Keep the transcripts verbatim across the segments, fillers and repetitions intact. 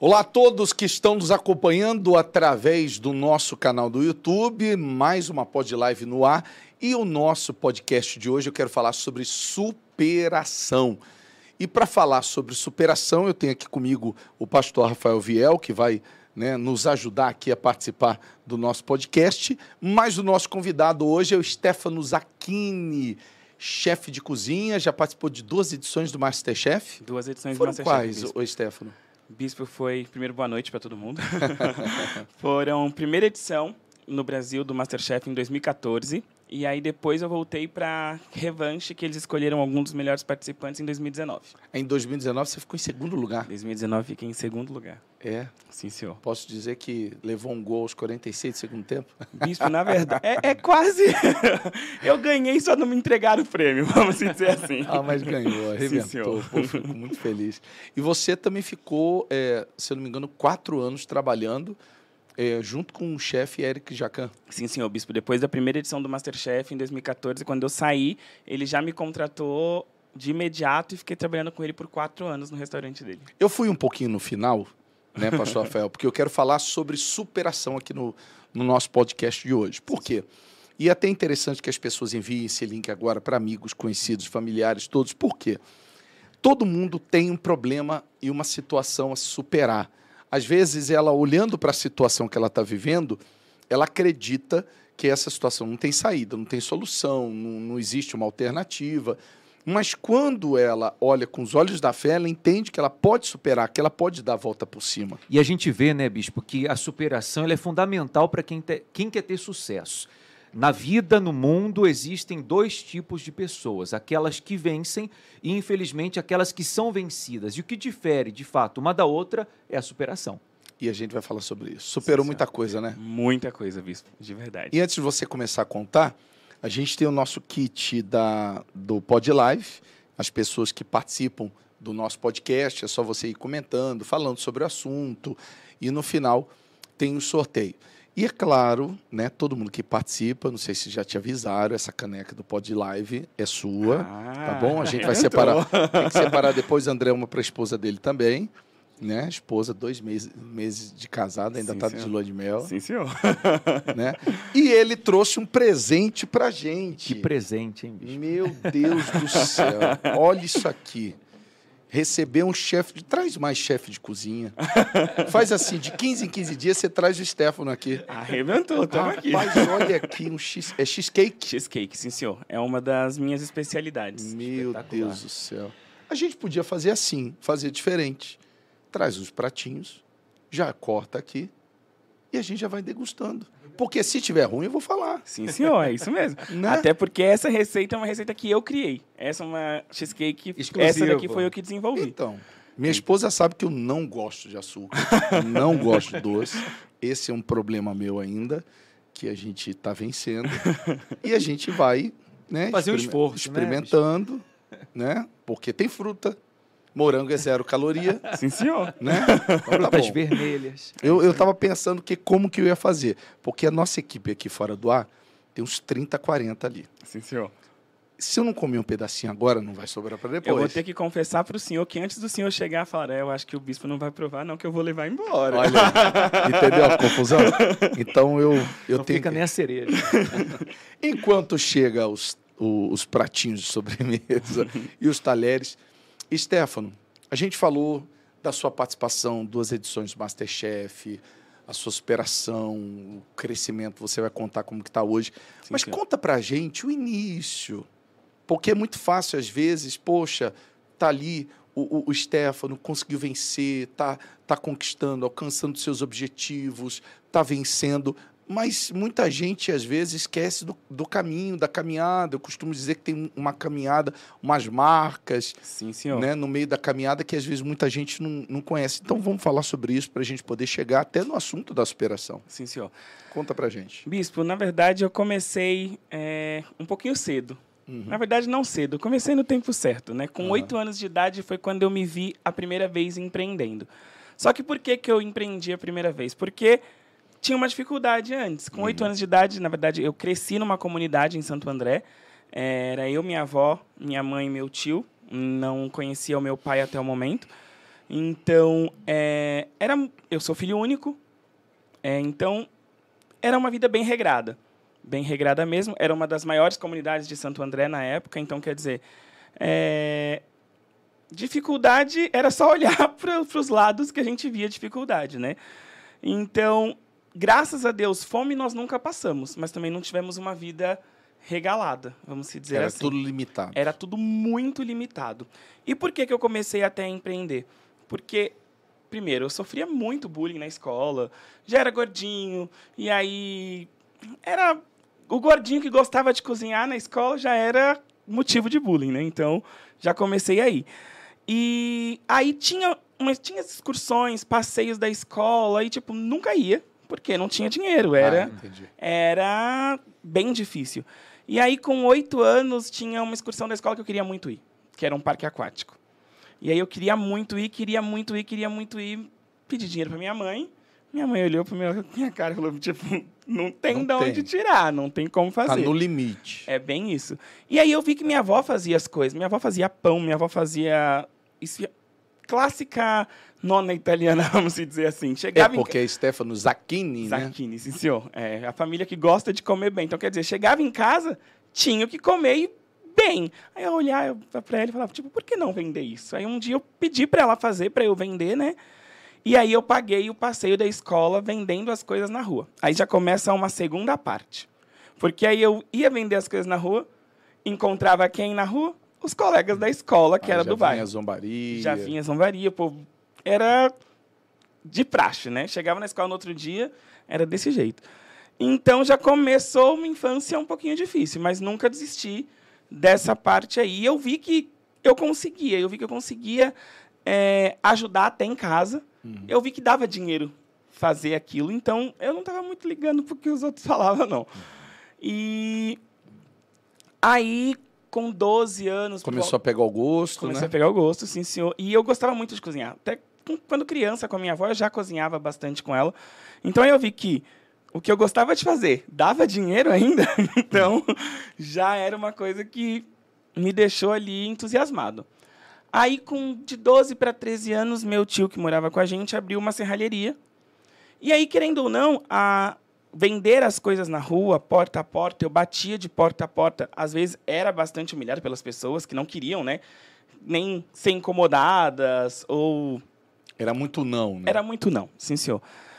Olá a todos que estão nos acompanhando através do nosso canal do YouTube, mais uma Pod Live no ar. E o nosso podcast de hoje eu quero falar sobre superação. E para falar sobre superação, eu tenho aqui comigo o pastor Rafael Viel, que vai né, nos ajudar aqui a participar do nosso podcast. Mas o nosso convidado hoje é o Stefano Zacchini, chefe de cozinha, já participou de duas edições do MasterChef. Duas edições Foram do MasterChef. Quais, ô Stefano? Bispo foi, primeiro, boa noite para todo mundo. Foram primeira edição no Brasil do MasterChef em dois mil e quatorze. E aí depois eu voltei para Revanche, que eles escolheram alguns dos melhores participantes em dois mil e dezenove. Em dois mil e dezenove você ficou em segundo lugar. Em dois mil e dezenove fiquei em segundo lugar. É? Sim, senhor. Posso dizer que levou um gol aos quarenta e seis do segundo tempo? Bispo, na verdade, é, é quase... eu ganhei, só não me entregaram o prêmio, vamos dizer assim. Ah, mas ganhou, arrebentou. Pô, fico muito feliz. E você também ficou, é, se eu não me engano, quatro anos trabalhando é, junto com o chefe Eric Jacan. Sim, senhor, Bispo. Depois da primeira edição do MasterChef, em dois mil e quatorze, quando eu saí, ele já me contratou de imediato e fiquei trabalhando com ele por quatro anos no restaurante dele. Eu fui um pouquinho no final, né, pastor Rafael, porque eu quero falar sobre superação aqui no, no nosso podcast de hoje. Por quê? E é até interessante que as pessoas enviem esse link agora para amigos, conhecidos, familiares, todos. Por quê? Todo mundo tem um problema e uma situação a se superar. Às vezes, ela, olhando para a situação que ela está vivendo, ela acredita que essa situação não tem saída, não tem solução, não, não existe uma alternativa. Mas quando ela olha com os olhos da fé, ela entende que ela pode superar, que ela pode dar a volta por cima. E a gente vê, né, Bispo, que a superação ela é fundamental para quem, te, quem quer ter sucesso. Na vida, no mundo, existem dois tipos de pessoas, aquelas que vencem e, infelizmente, aquelas que são vencidas. E o que difere, de fato, uma da outra é a superação. E a gente vai falar sobre isso. Superou Sim, muita coisa, né? Muita coisa, Bispo, de verdade. E antes de você começar a contar, a gente tem o nosso kit da, do Pod Live, as pessoas que participam do nosso podcast, é só você ir comentando, falando sobre o assunto, e no final tem um sorteio. E é claro, né, todo mundo que participa, não sei se já te avisaram, essa caneca do Pod Live é sua, ah, tá bom? A gente vai separar, tem que separar depois, André, uma para a esposa dele também, né? Esposa, dois meses, meses de casada, ainda está de lua de mel. Sim, senhor. Né? E ele trouxe um presente pra gente. Que presente, hein, bicho? Meu Deus do céu. Olha isso aqui. Receber um chefe de... Traz mais chefe de cozinha. Faz assim, de quinze em quinze dias você traz o Stefano aqui. Arrebentou, estamos aqui. Rapaz, olha aqui, um X... É cheesecake? Cheesecake, sim, senhor. É uma das minhas especialidades. Meu Deus do céu. A gente podia fazer assim, fazer diferente. Traz os pratinhos, já corta aqui e a gente já vai degustando. Porque se tiver ruim, eu vou falar. Sim, senhor, é isso mesmo. Né? Até porque essa receita é uma receita que eu criei. Essa é uma cheesecake, exclusiva. Essa daqui foi eu que desenvolvi. Então, minha esposa sabe que eu não gosto de açúcar, não gosto de doce. Esse é um problema meu ainda, que a gente está vencendo. E a gente vai né, fazer um esforço, experimentando, né, né? Porque tem fruta. Morango é zero caloria. Sim, senhor. Né? Então, tá vermelhas. Eu estava pensando que como que eu ia fazer. Porque a nossa equipe aqui fora do ar tem uns trinta, quarenta ali. Sim, senhor. Se eu não comer um pedacinho agora, não vai sobrar para depois. Eu vou ter que confessar para o senhor que antes do senhor chegar, falar, é, eu acho que o bispo não vai provar, não, que eu vou levar embora. Olha, entendeu a confusão? Então eu, eu não tenho. Fica que... nem a cereja. Enquanto chega os, os, os pratinhos de sobremesa e os talheres. Stefano, a gente falou da sua participação, duas edições do MasterChef, a sua superação, o crescimento, você vai contar como que está hoje. Sim, Mas sim. Conta pra gente o início, porque é muito fácil às vezes, poxa, tá ali o, o, o Stefano, conseguiu vencer, tá, tá conquistando, alcançando seus objetivos, tá vencendo... Mas muita gente, às vezes, esquece do, do caminho, da caminhada. Eu costumo dizer que tem uma caminhada, umas marcas. Sim, senhor. Né, no meio da caminhada que, às vezes, muita gente não, não conhece. Então, vamos falar sobre isso para a gente poder chegar até no assunto da superação. Sim, senhor. Conta pra gente. Bispo, na verdade, eu comecei é, um pouquinho cedo. Uhum. Na verdade, não cedo. Eu comecei no tempo certo. Né? Com oito uhum. anos de idade foi quando eu me vi a primeira vez empreendendo. Só que por que, que eu empreendi a primeira vez? Porque... tinha uma dificuldade antes. Com oito uhum. anos de idade, na verdade, eu cresci numa comunidade em Santo André. Era eu, minha avó, minha mãe e meu tio. Não conhecia o meu pai até o momento. Então, é, era, eu sou filho único, é, então era uma vida bem regrada. Bem regrada mesmo. Era uma das maiores comunidades de Santo André na época, então, quer dizer, é, dificuldade era só olhar para os lados que a gente via dificuldade, né? Então, graças a Deus, fome nós nunca passamos, mas também não tivemos uma vida regalada, vamos se dizer Era assim. Era tudo limitado. Era tudo muito limitado. E por que que eu comecei até a empreender? Porque, primeiro, eu sofria muito bullying na escola, já era gordinho, e aí era o gordinho que gostava de cozinhar na escola já era motivo de bullying, né? Então, já comecei aí. E aí tinha, mas tinha excursões, passeios da escola, e tipo, nunca ia, porque não tinha dinheiro, era, ah, era bem difícil. E aí, com oito anos, tinha uma excursão da escola que eu queria muito ir, que era um parque aquático. E aí eu queria muito ir, queria muito ir, queria muito ir, pedi dinheiro para minha mãe. Minha mãe olhou para minha cara e falou, tipo, não tem não de tem. onde tirar, não tem como fazer. Tá no limite. É bem isso. E aí eu vi que minha avó fazia as coisas. Minha avó fazia pão, minha avó fazia... Isso, clássica nona italiana, vamos dizer assim. Chegava é porque em... é Stefano Zacchini, né? Zacchini, sim, senhor. É a família que gosta de comer bem. Então, quer dizer, chegava em casa, tinha que comer bem. Aí eu olhava para ela e falava, tipo, por que não vender isso? Aí um dia eu pedi para ela fazer, para eu vender, né? E aí eu paguei o passeio da escola vendendo as coisas na rua. Aí já começa uma segunda parte. Porque aí eu ia vender as coisas na rua, encontrava quem na rua? Os colegas da escola, que ah, era do bairro. Já vinha zombaria. Já vinha zombaria, o povo era de praxe, né? Chegava na escola no outro dia, era desse jeito. Então já começou uma infância um pouquinho difícil, mas nunca desisti dessa parte aí. E eu vi que eu conseguia, eu vi que eu conseguia é, ajudar até em casa. Uhum. Eu vi que dava dinheiro fazer aquilo, então eu não estava muito ligando para o que os outros falavam, não. E aí, com doze anos... Começou a pegar o gosto, Comecei né? a pegar o gosto, sim, senhor. E eu gostava muito de cozinhar. Até quando criança, com a minha avó, eu já cozinhava bastante com ela. Então, aí eu vi que o que eu gostava de fazer dava dinheiro ainda. Então, já era uma coisa que me deixou ali entusiasmado. Aí, com de doze para treze anos, meu tio, que morava com a gente, abriu uma serralheria. E aí, querendo ou não, a vender as coisas na rua, porta a porta, eu batia de porta a porta. Às vezes, era bastante humilhado pelas pessoas que não queriam, né? Nem ser incomodadas ou... Era muito não, né? Era muito não, sim, senhor.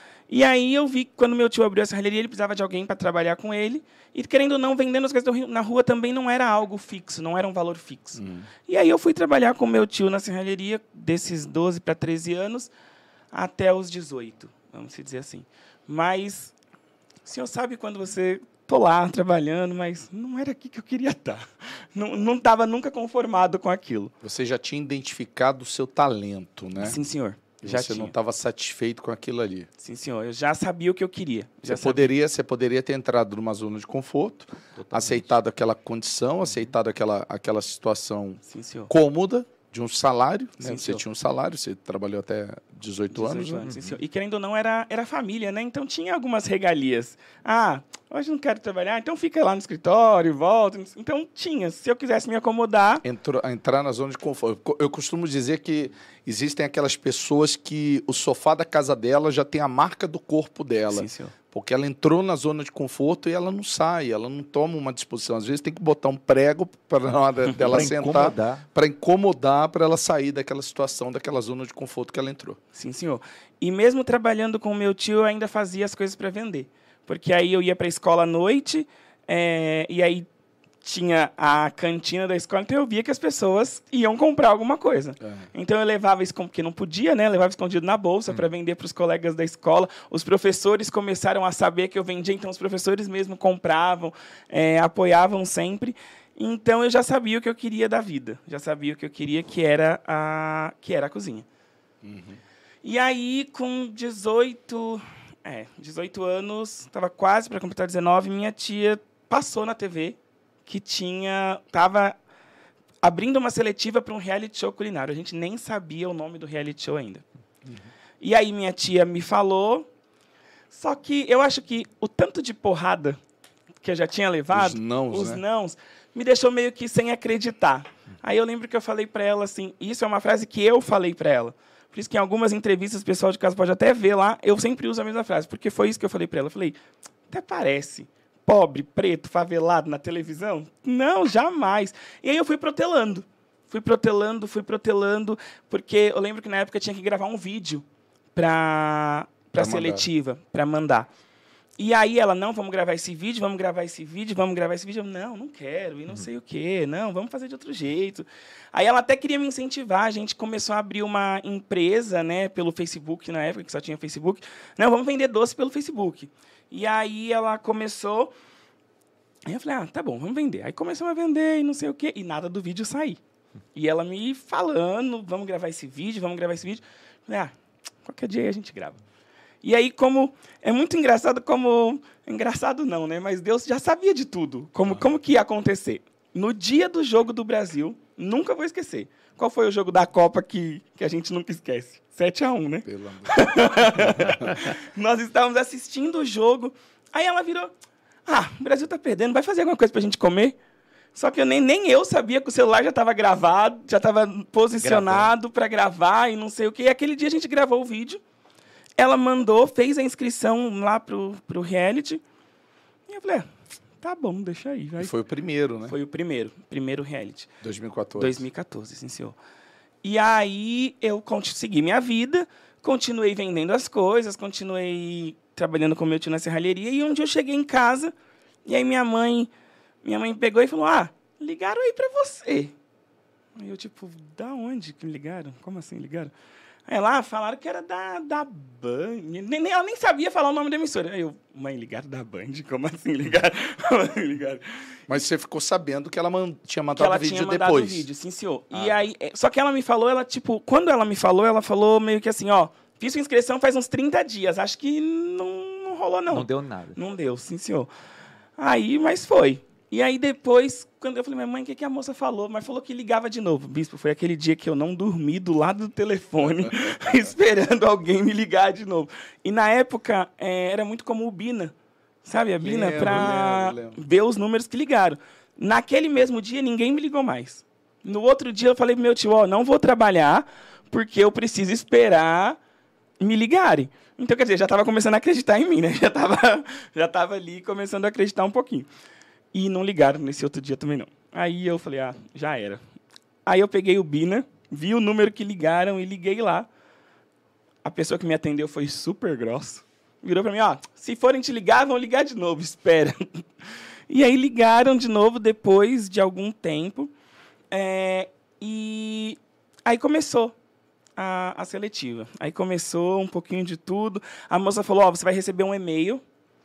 E aí eu vi que quando meu tio abriu a serralheria, ele precisava de alguém para trabalhar com ele. E, querendo ou não, vendendo as coisas na rua também não era algo fixo, não era um valor fixo. Hum. E aí eu fui trabalhar com meu tio na serralheria, desses doze para treze anos, até os dezoito, vamos dizer assim. Mas o senhor sabe quando você... Estou lá trabalhando, mas não era aqui que eu queria estar. Não estava nunca conformado com aquilo. Você já tinha identificado o seu talento, né? Sim, senhor. Já você tinha. Não estava satisfeito com aquilo ali. Sim, senhor. Eu já sabia o que eu queria. Você poderia, você poderia ter entrado numa zona de conforto, totalmente. Aceitado aquela condição, aceitado aquela, aquela situação Sim, senhor. cômoda de um salário. Né? Sim, você senhor. tinha um salário, você trabalhou até dezoito anos. anos né? sim, senhor. E, querendo ou não, era, era família, né? Então, tinha algumas regalias. Ah, hoje não quero trabalhar, então fica lá no escritório, volta. Então, tinha. Se eu quisesse me acomodar... Entrou, entrar na zona de conforto. Eu costumo dizer que existem aquelas pessoas que o sofá da casa dela já tem a marca do corpo dela. Sim, senhor. Porque ela entrou na zona de conforto e ela não sai, ela não toma uma disposição. Às vezes tem que botar um prego para na hora dela sentar, para incomodar, para ela sair daquela situação, daquela zona de conforto que ela entrou. Sim, senhor. E mesmo trabalhando com o meu tio, eu ainda fazia as coisas para vender. Porque aí eu ia para a escola à noite, é, e aí tinha a cantina da escola, então eu via que as pessoas iam comprar alguma coisa. É. Então eu levava isso, porque não podia, né? Eu levava escondido na bolsa hum. para vender para os colegas da escola. Os professores começaram a saber que eu vendia, então os professores mesmo compravam, é, apoiavam sempre. Então eu já sabia o que eu queria da vida, já sabia o que eu queria, que era a, que era a cozinha. Uhum. E aí, com dezoito, é, dezoito anos, estava quase para completar dezenove, minha tia passou na T V que tinha estava abrindo uma seletiva para um reality show culinário. A gente nem sabia o nome do reality show ainda. Uhum. E aí minha tia me falou, só que eu acho que o tanto de porrada que eu já tinha levado, os nãos, os né? nãos, me deixou meio que sem acreditar. Aí eu lembro que eu falei para ela assim, isso é uma frase que eu falei para ela. Por isso que em algumas entrevistas o pessoal de casa pode até ver lá, eu sempre uso a mesma frase, porque foi isso que eu falei para ela. Eu falei, até parece pobre, preto, favelado na televisão? Não, jamais. E aí eu fui protelando. Fui protelando, fui protelando, porque eu lembro que na época eu tinha que gravar um vídeo para a seletiva, para mandar. E aí ela, não, vamos gravar esse vídeo, vamos gravar esse vídeo, vamos gravar esse vídeo. Eu, não, não quero, e não uhum. sei o quê. Não, vamos fazer de outro jeito. Aí ela até queria me incentivar. A gente começou a abrir uma empresa, né, pelo Facebook, na época, que só tinha Facebook. Não, vamos vender doce pelo Facebook. E aí ela começou... Aí eu falei, ah, tá bom, vamos vender. Aí começamos a vender e não sei o quê. E nada do vídeo sair. E ela me falando, vamos gravar esse vídeo, vamos gravar esse vídeo. Eu falei, ah, qualquer dia aí a gente grava. E aí, como... É muito engraçado como... Engraçado não, né? Mas Deus já sabia de tudo. Como, como que ia acontecer. No dia do jogo do Brasil, nunca vou esquecer. Qual foi o jogo da Copa que, que a gente nunca esquece? sete a um, né? Pelo amor de Deus. Nós estávamos assistindo o jogo. Aí ela virou... Ah, o Brasil tá perdendo. Vai fazer alguma coisa pra gente comer? Só que eu nem, nem eu sabia que o celular já estava gravado, já estava posicionado para gravar e não sei o quê. E aquele dia a gente gravou o vídeo. Ela mandou, fez a inscrição lá pro, pro reality. E eu falei, ah, tá bom, deixa aí. Vai. E foi o primeiro, né? Foi o primeiro, primeiro reality. dois mil e quatorze. dois mil e quatorze, sim, senhor. E aí eu segui minha vida, continuei vendendo as coisas, continuei trabalhando com meu tio na serralheria. E um dia eu cheguei em casa, e aí minha mãe, minha mãe pegou e falou, ah, ligaram aí pra você. Aí eu, tipo, da onde que me ligaram? Como assim ligaram? Aí lá falaram que era da, da Band. Nem, nem, ela nem sabia falar o nome da emissora. Aí eu, mãe, ligaram da Band? Como assim ligaram? Como assim ligaram? Mas você ficou sabendo que ela man, tinha mandado que ela o vídeo tinha mandado depois? o vídeo, sim, senhor. Ah. E aí, só que ela me falou, ela, tipo, quando ela me falou, ela falou meio que assim, ó, fiz sua inscrição faz uns trinta dias. Acho que não, não rolou, não. Não deu nada. Não deu, sim, senhor. Aí, mas foi. E aí depois, quando eu falei, minha mãe, o que, que a moça falou? Mas falou que ligava de novo. Bispo, foi aquele dia que eu não dormi do lado do telefone, esperando alguém me ligar de novo. E na época, é, era muito comum o Bina, sabe? A Bina, para ver os números que ligaram. Naquele mesmo dia, ninguém me ligou mais. No outro dia, eu falei pro meu tio, ó, não vou trabalhar, porque eu preciso esperar me ligarem. Então, quer dizer, já estava começando a acreditar em mim, né? Já estava já tava ali começando a acreditar um pouquinho. E não ligaram nesse outro dia também, não. Aí eu falei, ah, já era. Aí eu peguei o Bina, vi o número que ligaram e liguei lá. A pessoa que me atendeu foi super grossa. Virou para mim, ó, se forem te ligar, vão ligar de novo, espera. E aí ligaram de novo depois de algum tempo. É, e aí começou a, a seletiva. Aí começou um pouquinho de tudo. A moça falou, ó, você vai receber um e-mail.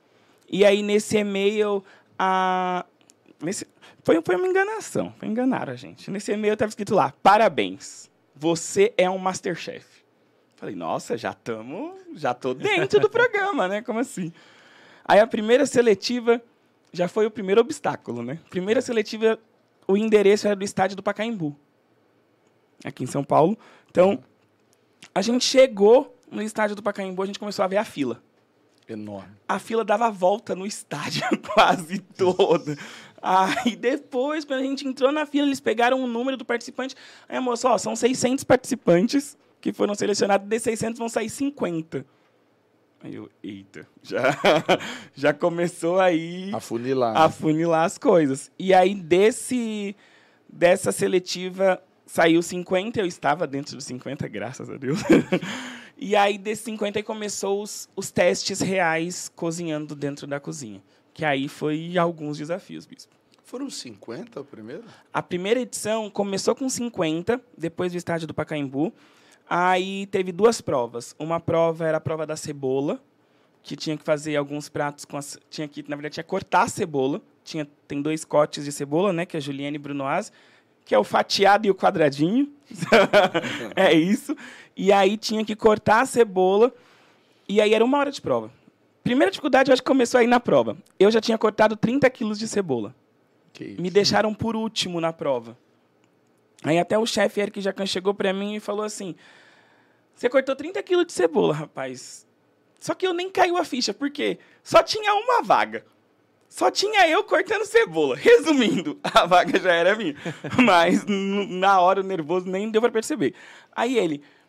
E aí nesse e-mail... A... Nesse... Foi, foi uma enganação, foi enganaram a gente. Nesse e-mail estava escrito lá, parabéns, você é um Masterchef. Falei, nossa, já estamos, já tô dentro do programa, né? Como assim? Aí a primeira seletiva já foi o primeiro obstáculo, né? Primeira seletiva, o endereço era do estádio do Pacaembu, aqui em São Paulo. Então, a gente chegou no estádio do Pacaembu, a gente começou a ver a fila. Enorme. A fila dava a volta no estádio quase todo. Aí depois, quando a gente entrou na fila, eles pegaram o número do participante. Aí a moça, ó, são seiscentos participantes que foram selecionados, de seiscentos vão sair cinquenta. Aí eu, eita, já, já começou aí... Afunilar. A funilar as coisas. E aí desse, dessa seletiva saiu cinquenta, eu estava dentro dos cinquenta, graças a Deus. E aí, desses cinquenta, aí começou os, os testes reais cozinhando dentro da cozinha. Que aí foi alguns desafios, Bispo. Foram cinquenta o primeiro? A primeira edição começou com cinquenta, depois do estádio do Pacaembu. Aí teve duas provas. Uma prova era a prova da cebola, que tinha que fazer alguns pratos com a, tinha que, na verdade, tinha que cortar a cebola. Tinha, tem dois cortes de cebola, né, que é a Juliane Brunoise, que é o fatiado e o quadradinho. É isso. E aí tinha que cortar a cebola. E aí era uma hora de prova. Primeira dificuldade, eu acho que começou aí na prova. Eu já tinha cortado trinta quilos de cebola. Que Me deixaram por último na prova. Aí até o chefe Eric Jacan chegou para mim e falou assim, você cortou trinta quilos de cebola, rapaz. Só que eu nem caiu a ficha, porque só tinha uma vaga. Só tinha eu cortando cebola. Resumindo, a vaga já era minha. Mas na hora, o nervoso, nem deu para perceber. Aí ele,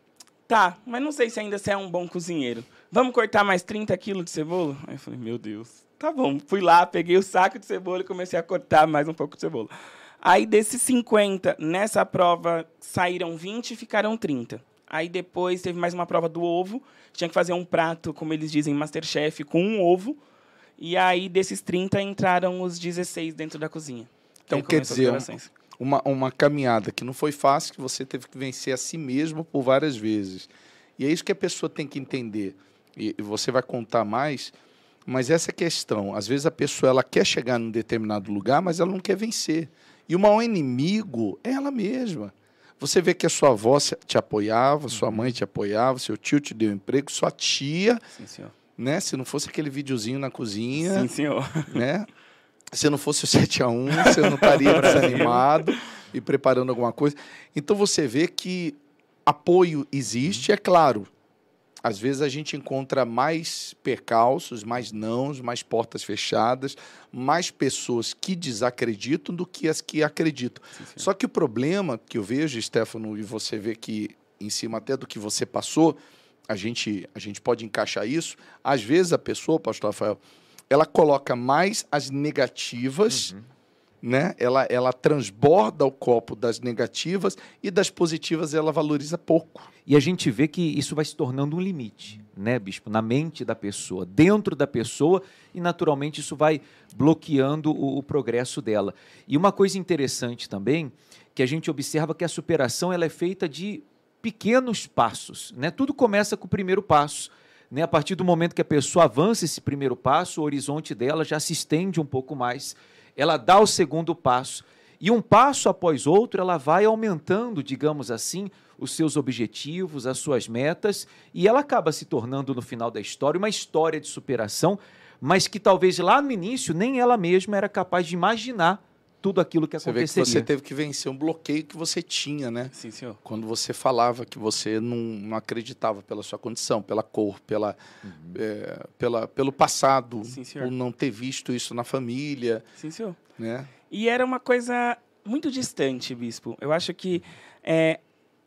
tá, mas não sei se ainda você é um bom cozinheiro. Vamos cortar mais trinta quilos de cebola? Aí eu falei, meu Deus, tá bom. Fui lá, peguei o saco de cebola e comecei a cortar mais um pouco de cebola. Aí, desses cinquenta, nessa prova, saíram vinte e ficaram trinta. Aí, depois, teve mais uma prova do ovo. Tinha que fazer um prato, como eles dizem, Masterchef, com um ovo. E aí, desses trinta, entraram os dezesseis dentro da cozinha. Então, quer dizer, uma, uma caminhada que não foi fácil, que você teve que vencer a si mesmo por várias vezes. E é isso que a pessoa tem que entender. E você vai contar mais, mas essa questão. Às vezes, a pessoa ela quer chegar num determinado lugar, mas ela não quer vencer. E o maior inimigo é ela mesma. Você vê que a sua avó te apoiava, uhum. sua mãe te apoiava, seu tio te deu emprego, sua tia, sim, senhor. Né? Se não fosse aquele videozinho na cozinha, sim, senhor. Né? Se não fosse o sete a um, você não estaria desanimado e preparando alguma coisa. Então você vê que apoio existe, é claro. Às vezes a gente encontra mais percalços, mais nãos, mais portas fechadas, mais pessoas que desacreditam do que as que acreditam. Sim, sim. Só que o problema que eu vejo, Stefano, e você vê que em cima até do que você passou, a gente, a gente pode encaixar isso. Às vezes a pessoa, pastor Rafael, ela coloca mais as negativas, uhum. né? ela, ela transborda o copo das negativas e das positivas ela valoriza pouco. E a gente vê que isso vai se tornando um limite, né, bispo? Na mente da pessoa, dentro da pessoa, e naturalmente isso vai bloqueando o, o progresso dela. E uma coisa interessante também, que a gente observa que a superação ela é feita de pequenos passos, né? Tudo começa com o primeiro passo, né? A partir do momento que a pessoa avança esse primeiro passo, o horizonte dela já se estende um pouco mais, ela dá o segundo passo, e um passo após outro ela vai aumentando, digamos assim, os seus objetivos, as suas metas, e ela acaba se tornando, no final da história, uma história de superação, mas que talvez lá no início nem ela mesma era capaz de imaginar tudo aquilo que você aconteceria. Vê que você teve que vencer um bloqueio que você tinha, né? Sim, senhor. Quando você falava que você não, não acreditava pela sua condição, pela cor, pela, uhum. é, pela, pelo passado, Sim, senhor. Por não ter visto isso na família. Sim, senhor. Né? E era uma coisa muito distante, bispo. Eu acho que é,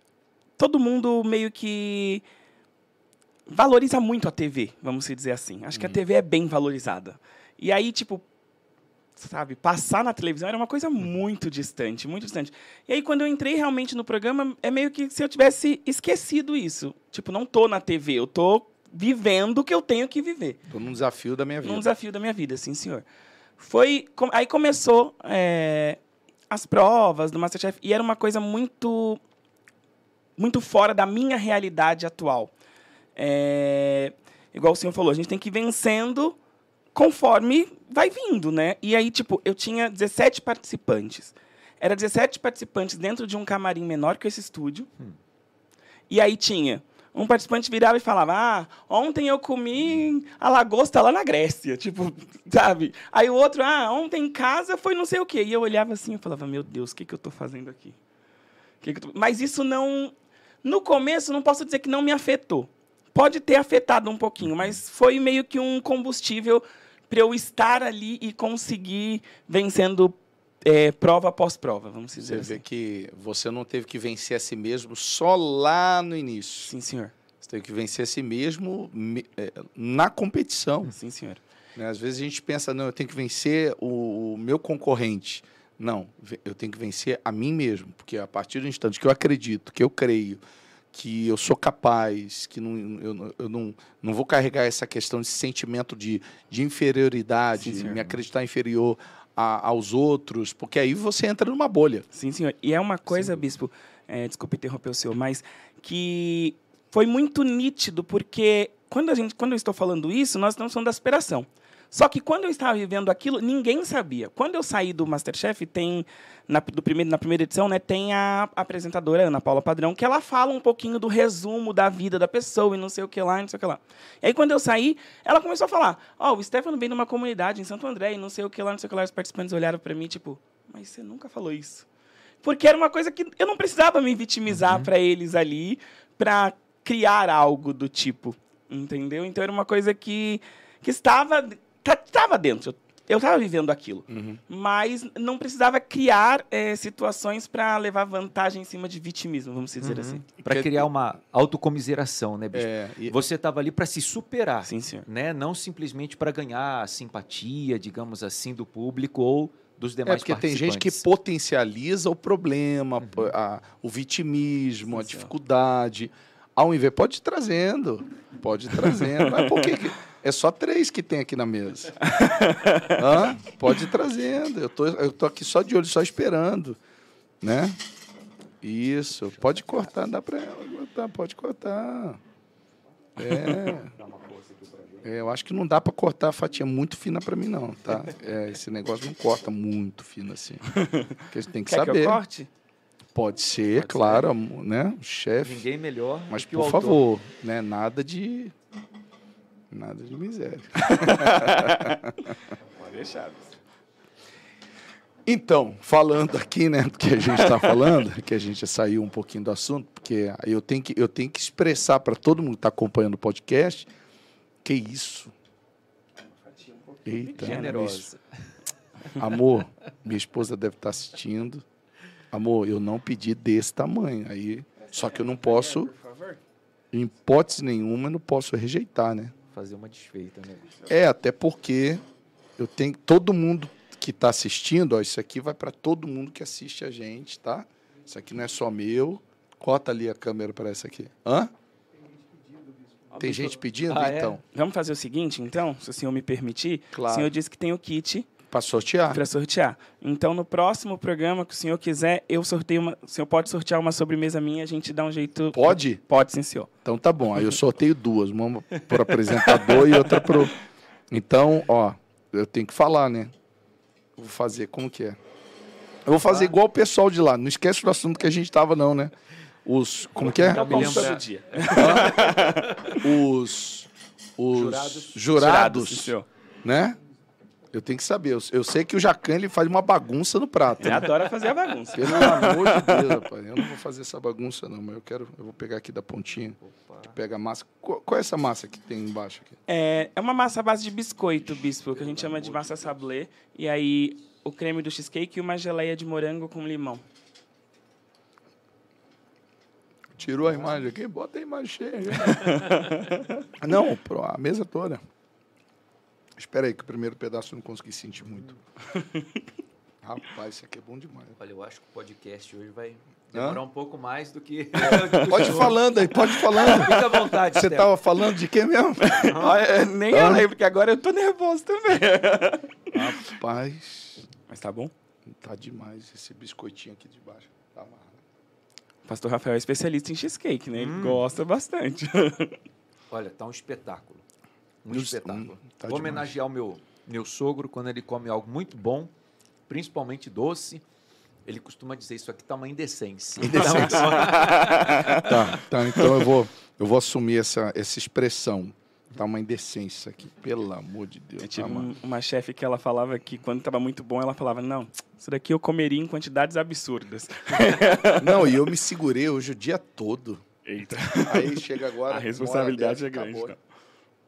todo mundo meio que valoriza muito a T V, vamos dizer assim. Acho uhum. que a T V é bem valorizada. E aí, tipo, sabe, passar na televisão era uma coisa muito distante, muito distante. E aí, quando eu entrei realmente no programa, é meio que se eu tivesse esquecido isso. Tipo, não tô na T V, eu tô vivendo o que eu tenho que viver. Tô num desafio da minha vida. Num desafio da minha vida, sim, senhor. Foi, aí começou é, as provas do Masterchef, e era uma coisa muito, muito fora da minha realidade atual. É, igual o senhor falou, a gente tem que ir vencendo conforme vai vindo, né? E aí, tipo, eu tinha dezessete participantes. Era dezessete participantes dentro de um camarim menor que esse estúdio. Hum. E aí tinha um participante virava e falava, ah, ontem eu comi a lagosta lá na Grécia, tipo, sabe? Aí o outro, ah, ontem em casa foi não sei o quê. E eu olhava assim e falava, meu Deus, o que, que eu estou fazendo aqui? Que que eu tô... Mas isso não... No começo, não posso dizer que não me afetou. Pode ter afetado um pouquinho, mas foi meio que um combustível para eu estar ali e conseguir vencendo é, prova após prova, vamos dizer Você assim. vê que você não teve que vencer a si mesmo só lá no início. Sim, senhor. Você teve que vencer a si mesmo na competição. Sim, senhor. Né? Às vezes a gente pensa, não, eu tenho que vencer o, o meu concorrente. Não, eu tenho que vencer a mim mesmo, porque a partir do instante que eu acredito, que eu creio, que eu sou capaz, que não, eu, eu não, não vou carregar essa questão de sentimento de, de inferioridade, Sim, me acreditar inferior a, aos outros, porque aí você entra numa bolha. Sim, senhor. E é uma coisa, Sim. bispo, é, desculpe interromper o senhor, mas que foi muito nítido, porque quando, a gente, quando eu estou falando isso, nós estamos falando da superação. Só que quando eu estava vivendo aquilo, ninguém sabia. Quando eu saí do Masterchef, tem, na, do primeiro, na primeira edição, né, tem a apresentadora Ana Paula Padrão, que ela fala um pouquinho do resumo da vida da pessoa e não sei o que lá, e não sei o que lá. E aí, quando eu saí, ela começou a falar, ó, oh, o Stefano vem de uma comunidade em Santo André e não sei o que lá, não sei o que lá. Os participantes olharam para mim, tipo, mas você nunca falou isso. Porque era uma coisa que eu não precisava me vitimizar uhum. para eles ali, para criar algo do tipo, entendeu? Então, era uma coisa que, que estava... Estava dentro. eu estava vivendo aquilo. Uhum. Mas não precisava criar é, situações para levar vantagem em cima de vitimismo, vamos dizer Uhum. assim. Para Porque- criar uma autocomiseração, né, Bispo? É, e- Você estava ali para se superar, Sim, senhor. né? Não simplesmente para ganhar a simpatia, digamos assim, do público ou dos demais É porque tem gente que participantes. potencializa o problema, a- o vitimismo, a Sim, senhor. dificuldade. Ao invés, pode ir trazendo, pode ir trazendo. Mas por que que- é só três que tem aqui na mesa? Hã? Pode ir trazendo. Eu tô, eu tô aqui só de olho, só esperando, né? Isso. Pode cortar, dá para cortar, pode cortar. É. É, eu acho que não dá para cortar a fatia muito fina para mim, não, tá? É, esse negócio não corta muito fino assim. Porque você tem que Quer saber. que eu corte? Pode ser, claro, am- né? O chefe. Ninguém melhor Mas, do que por o autor. favor, né? Nada de. Nada de miséria. Pode deixar. Então, falando aqui, né, do que a gente está falando, que a gente saiu um pouquinho do assunto, porque eu tenho que, eu tenho que expressar para todo mundo que está acompanhando o podcast, que isso. Eita, Generosa. amor, minha esposa deve estar assistindo. Amor, eu não pedi desse tamanho. Aí, só que eu não posso, Por favor. em hipótese nenhuma, eu não posso rejeitar, né? Fazer uma desfeita, né, Bispo? É, até porque eu tenho todo mundo que está assistindo, ó, isso aqui vai para todo mundo que assiste a gente, tá? Isso aqui não é só meu. Corta ali a câmera para essa aqui. Hã? Tem gente pedindo? Ah, é? Então, Vamos fazer o seguinte, então, se o senhor me permitir. Claro. O senhor disse que tem o kit para sortear. para sortear. Então, no próximo programa que o senhor quiser, eu sorteio uma. O senhor pode sortear uma sobremesa minha, a gente dá um jeito. Pode? Pode, sim, senhor. Então tá bom. Aí eu sorteio duas, uma para o apresentador e outra para o... Então, ó, eu tenho que falar, né? Eu vou fazer, como que é? Eu vou fazer igual o pessoal de lá. Não esquece do assunto que a gente tava, não, né? Os... Como que é? Não me Vamos lembro. todo dia. Os... Os Jurados. jurados, sim, senhor. né? Eu tenho que saber. Eu, eu sei que o Jacan, ele faz uma bagunça no prato. Ele né? adora fazer a bagunça. Pelo amor de Deus, rapaz. Eu não vou fazer essa bagunça, não. Mas eu quero... Eu vou pegar aqui da pontinha. Que pega a massa. Qual, qual é essa massa que tem embaixo aqui? É, é uma massa à base de biscoito, bispo, que a gente chama de massa sablé. E aí, o creme do cheesecake e uma geleia de morango com limão. Tirou a imagem aqui? Bota a imagem cheia. gente. Não, pro- a mesa toda. Espera aí, que o primeiro pedaço eu não consegui sentir muito. Rapaz, isso aqui é bom demais. Olha, eu acho que o podcast hoje vai Hã? demorar um pouco mais do que... Pode ir falando aí, pode ir falando. Fica à vontade, Você Stefano. estava falando de quê mesmo? Olha, nem eu lembro, porque agora eu tô nervoso também. Rapaz, Mas tá bom. tá demais esse biscoitinho aqui de baixo. Tá amarrado. O pastor Rafael é especialista em cheesecake, né? Ele gosta bastante. Olha, tá um espetáculo. Um Nos- espetáculo. hum, tá Vou demais. homenagear o meu, meu sogro quando ele come algo muito bom, principalmente doce. Ele costuma dizer, isso aqui tá uma indecência. Tá, tá, então eu vou, eu vou assumir essa, essa expressão. Tá uma indecência aqui, pelo amor de Deus. Eu tive tá, mano. um- uma chefe que ela falava que quando tava muito bom, ela falava, não, isso daqui eu comeria em quantidades absurdas. Não, e eu me segurei hoje o dia todo. Eita. Aí chega agora. A responsabilidade uma é hora dessa, grande. acabou. Tá?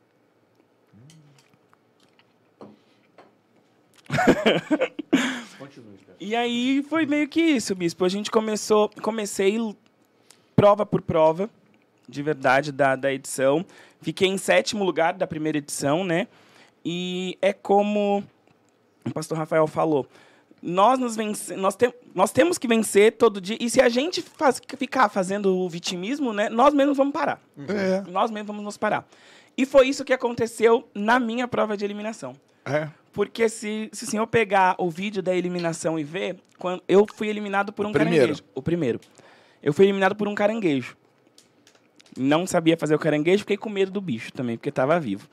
Continue, cara. E aí foi meio que isso, bispo. A gente começou, comecei prova por prova, de verdade, da, da edição. Fiquei em sétimo lugar da primeira edição, né? E é como o pastor Rafael falou, nós, nos vence, nós, tem, nós temos que vencer todo dia. E se a gente faz, ficar fazendo o vitimismo, né, nós mesmos vamos parar. É, Nós mesmos vamos nos parar. E foi isso que aconteceu na minha prova de eliminação. é. Porque se, se o senhor pegar o vídeo da eliminação e ver, quando eu fui eliminado por um primeiro. caranguejo. O primeiro. Eu fui eliminado por um caranguejo. Não sabia fazer o caranguejo, fiquei com medo do bicho também, porque estava vivo.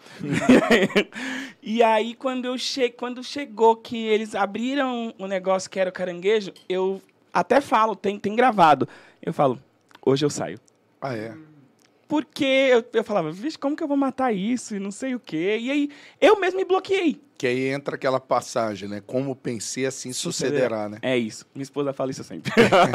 E aí, quando, eu che quando chegou que eles abriram o negócio que era o caranguejo, eu até falo, tem, tem gravado. Eu falo, hoje eu saio. Ah, é. Porque eu, eu falava, vixe, como que eu vou matar isso? E não sei o quê. E aí, eu mesmo me bloqueei. Que aí entra aquela passagem, né? Como pensei, assim sucederá, né? É isso. Minha esposa fala isso sempre.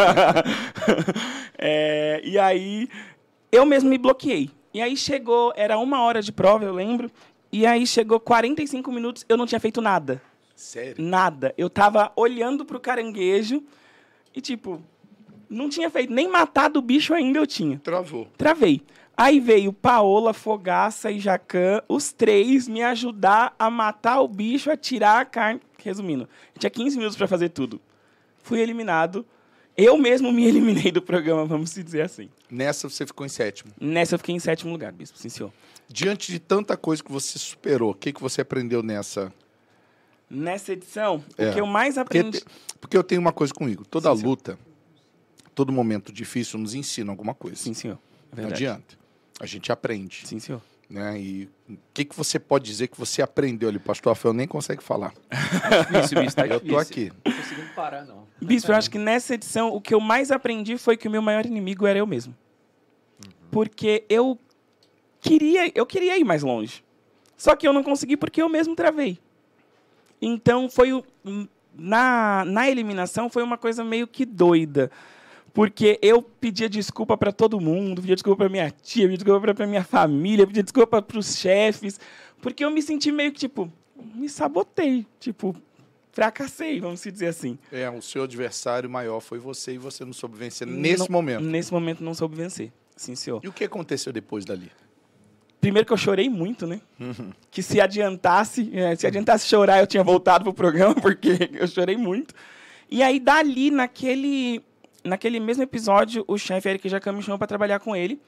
É, e aí, eu mesmo me bloqueei. E aí chegou, era uma hora de prova, eu lembro. E aí chegou quarenta e cinco minutos, eu não tinha feito nada. Sério? Nada. Eu tava olhando pro caranguejo e, tipo, não tinha feito nem matado o bicho ainda, eu tinha. Travou. Travei. Aí veio Paola, Fogaça e Jacan, os três me ajudar a matar o bicho, a tirar a carne. Resumindo, eu tinha quinze minutos para fazer tudo. Fui eliminado. Eu mesmo me eliminei do programa, vamos dizer assim. Nessa você ficou em sétimo? Nessa eu fiquei em sétimo lugar, bispo, sim, senhor. Diante de tanta coisa que você superou, o que, que você aprendeu nessa? Nessa edição, É. o que eu mais aprendi... Porque, porque eu tenho uma coisa comigo. Toda Sim, luta, todo momento difícil nos ensina alguma coisa. Sim, senhor. É Não verdade. adianta. A gente aprende. Sim, senhor. Né? E o que, que você pode dizer que você aprendeu ali? Pastor Rafael nem consegue falar. Difícil, bicho, tá Eu difícil. tô aqui. Não tô conseguindo parar, não. Bispo, eu acho que nessa edição o que eu mais aprendi foi que o meu maior inimigo era eu mesmo. Uhum. Porque eu queria, eu queria ir mais longe. Só que eu não consegui porque eu mesmo travei. Então, foi o, na, na eliminação foi uma coisa meio que doida. Porque eu pedia desculpa para todo mundo, pedia desculpa para minha tia, pedia desculpa para minha família, pedia desculpa para os chefes. Porque eu me senti meio que, tipo, me sabotei. Tipo, fracassei, vamos dizer assim. É, o seu adversário maior foi você e você não soube vencer nesse não, momento. Nesse momento não soube vencer. Sim, senhor. E o que aconteceu depois dali? Primeiro que eu chorei muito, né? Uhum. Que se adiantasse, é, se adiantasse chorar, eu tinha voltado pro programa, porque eu chorei muito. E aí, dali, naquele, naquele mesmo episódio, o chefe Eric Jacan me chamou para trabalhar com ele.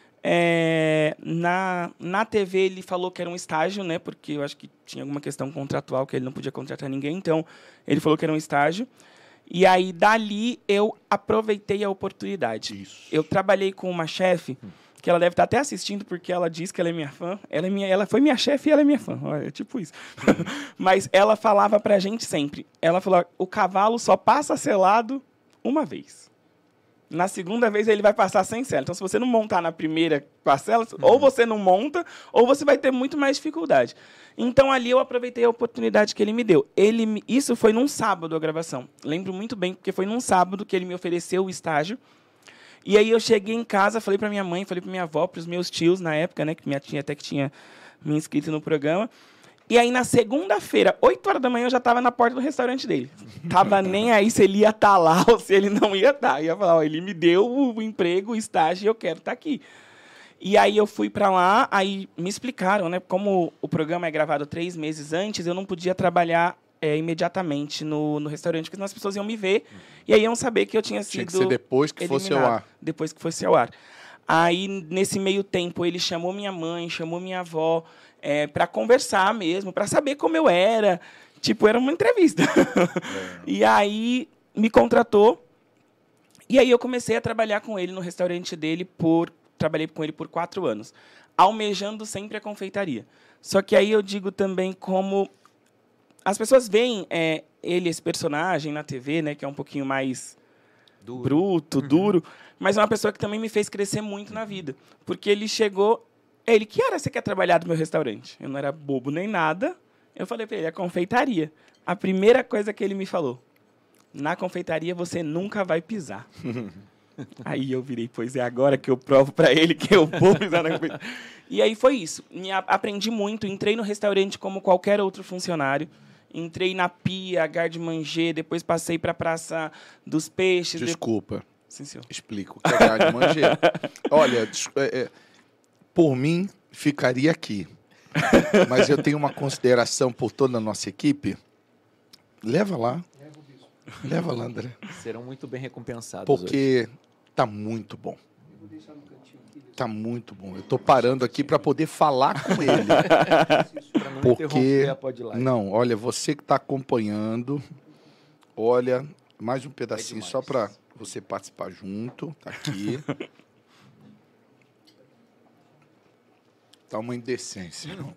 É, na, na T V, ele falou que era um estágio, né? Porque eu acho que tinha alguma questão contratual, que ele não podia contratar ninguém. Então, ele falou que era um estágio. E aí, dali, eu aproveitei a oportunidade. Isso. Eu trabalhei com uma chefe... que ela deve estar até assistindo, porque ela diz que ela é minha fã. Ela, é minha, ela foi minha chefe e ela é minha fã. Olha, é tipo isso. Uhum. Mas ela falava pra gente sempre. Ela falou, o cavalo só passa selado uma vez. Na segunda vez, ele vai passar sem sela. Então, se você não montar na primeira parcela, uhum. ou você não monta, ou você vai ter muito mais dificuldade. Então, ali eu aproveitei a oportunidade que ele me deu. Ele, isso foi num sábado, a gravação. Lembro muito bem, porque foi num sábado que ele me ofereceu o estágio. E aí eu cheguei em casa, falei para minha mãe, falei para minha avó, para os meus tios na época, né, que minha tia até que tinha me inscrito no programa. E aí na segunda-feira, oito horas da manhã, eu já estava na porta do restaurante dele. Tava nem aí se ele ia estar lá ou se ele não ia estar. Ia falar, ó, ele me deu o emprego, o estágio, e eu quero estar aqui. E aí eu fui para lá, aí me explicaram, né, como o programa é gravado três meses antes, eu não podia trabalhar É, imediatamente no, no restaurante, porque senão as pessoas iam me ver uhum. e aí iam saber que eu tinha sido Tinha que ser depois que eliminado, fosse ao ar. Depois que fosse ao ar. Aí, nesse meio tempo, ele chamou minha mãe, chamou minha avó, é, para conversar mesmo, para saber como eu era. Tipo, era uma entrevista. É. E aí, me contratou. E aí, eu comecei a trabalhar com ele no restaurante dele por... Trabalhei com ele por quatro anos, almejando sempre a confeitaria. Só que aí eu digo também como... As pessoas veem é, ele, esse personagem, na T V, né, que é um pouquinho mais duro. bruto, uhum. duro, mas é uma pessoa que também me fez crescer muito na vida. Porque ele chegou... Ele, que hora você quer trabalhar no meu restaurante? Eu não era bobo nem nada. Eu falei para ele, a confeitaria. A primeira coisa que ele me falou, na confeitaria você nunca vai pisar. Aí eu virei, pois é agora que eu provo para ele que eu vou pisar na confeitaria. E aí foi isso. Me aprendi muito, entrei no restaurante como qualquer outro funcionário. Entrei na Pia, Garde-Manger, depois passei para a Praça dos Peixes. Desculpa. De... Sim, senhor. Explico o que é Garde-Manger. Olha, é, é, por mim, ficaria aqui. Mas eu tenho uma consideração por toda a nossa equipe. Leva lá. Leva lá, André. Serão muito bem recompensados Porque hoje. Tá muito bom. Tá muito bom. Eu tô parando aqui para poder falar com ele. não Porque não, olha, você que está acompanhando, olha, mais um pedacinho é só para você participar junto, tá aqui. Tá uma indecência. Não.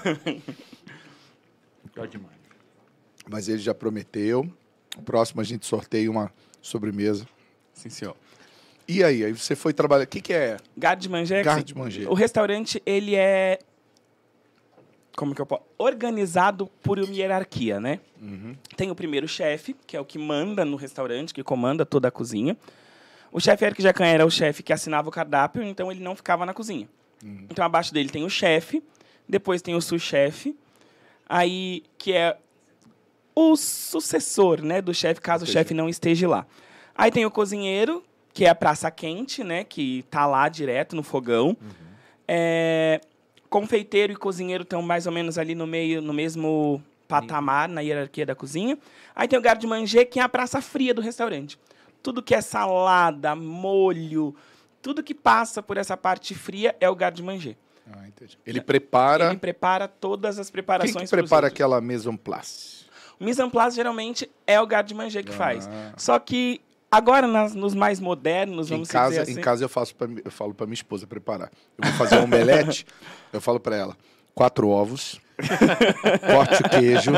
demais. Mas ele já prometeu. O próximo a gente sorteia uma sobremesa. Sim, senhor. E aí? Aí você foi trabalhar... O que, que é? Garde-Manger. Garde-Manger. O restaurante, ele é... Como que eu posso... Organizado por uma hierarquia, né? Uhum. Tem o primeiro chefe, que é o que manda no restaurante, que comanda toda a cozinha. O chefe Eric Jacan era o chefe que assinava o cardápio, então ele não ficava na cozinha. Uhum. Então, abaixo dele tem o chefe, depois tem o sous-chefe, aí, que é... o sucessor, né, do chefe, caso Entendi. o chefe não esteja lá. Aí tem o cozinheiro, que é a praça quente, né, que tá lá direto no fogão. Uhum. É, confeiteiro e cozinheiro estão mais ou menos ali no meio, no mesmo patamar, na hierarquia da cozinha. Aí tem o garde-manger, que é a praça fria do restaurante. Tudo que é salada, molho, tudo que passa por essa parte fria é o garde-manger. Ah, entendi. Ele prepara... Ele prepara todas as preparações. Quem que prepara aquela mise en place? O mise en place, geralmente, é o garde-manger que ah. faz. Só que agora, nas, nos mais modernos, vamos em casa, dizer assim... Em casa, eu, faço pra, eu falo para minha esposa preparar. Eu vou fazer um omelete, eu falo para ela, quatro ovos, corte o queijo,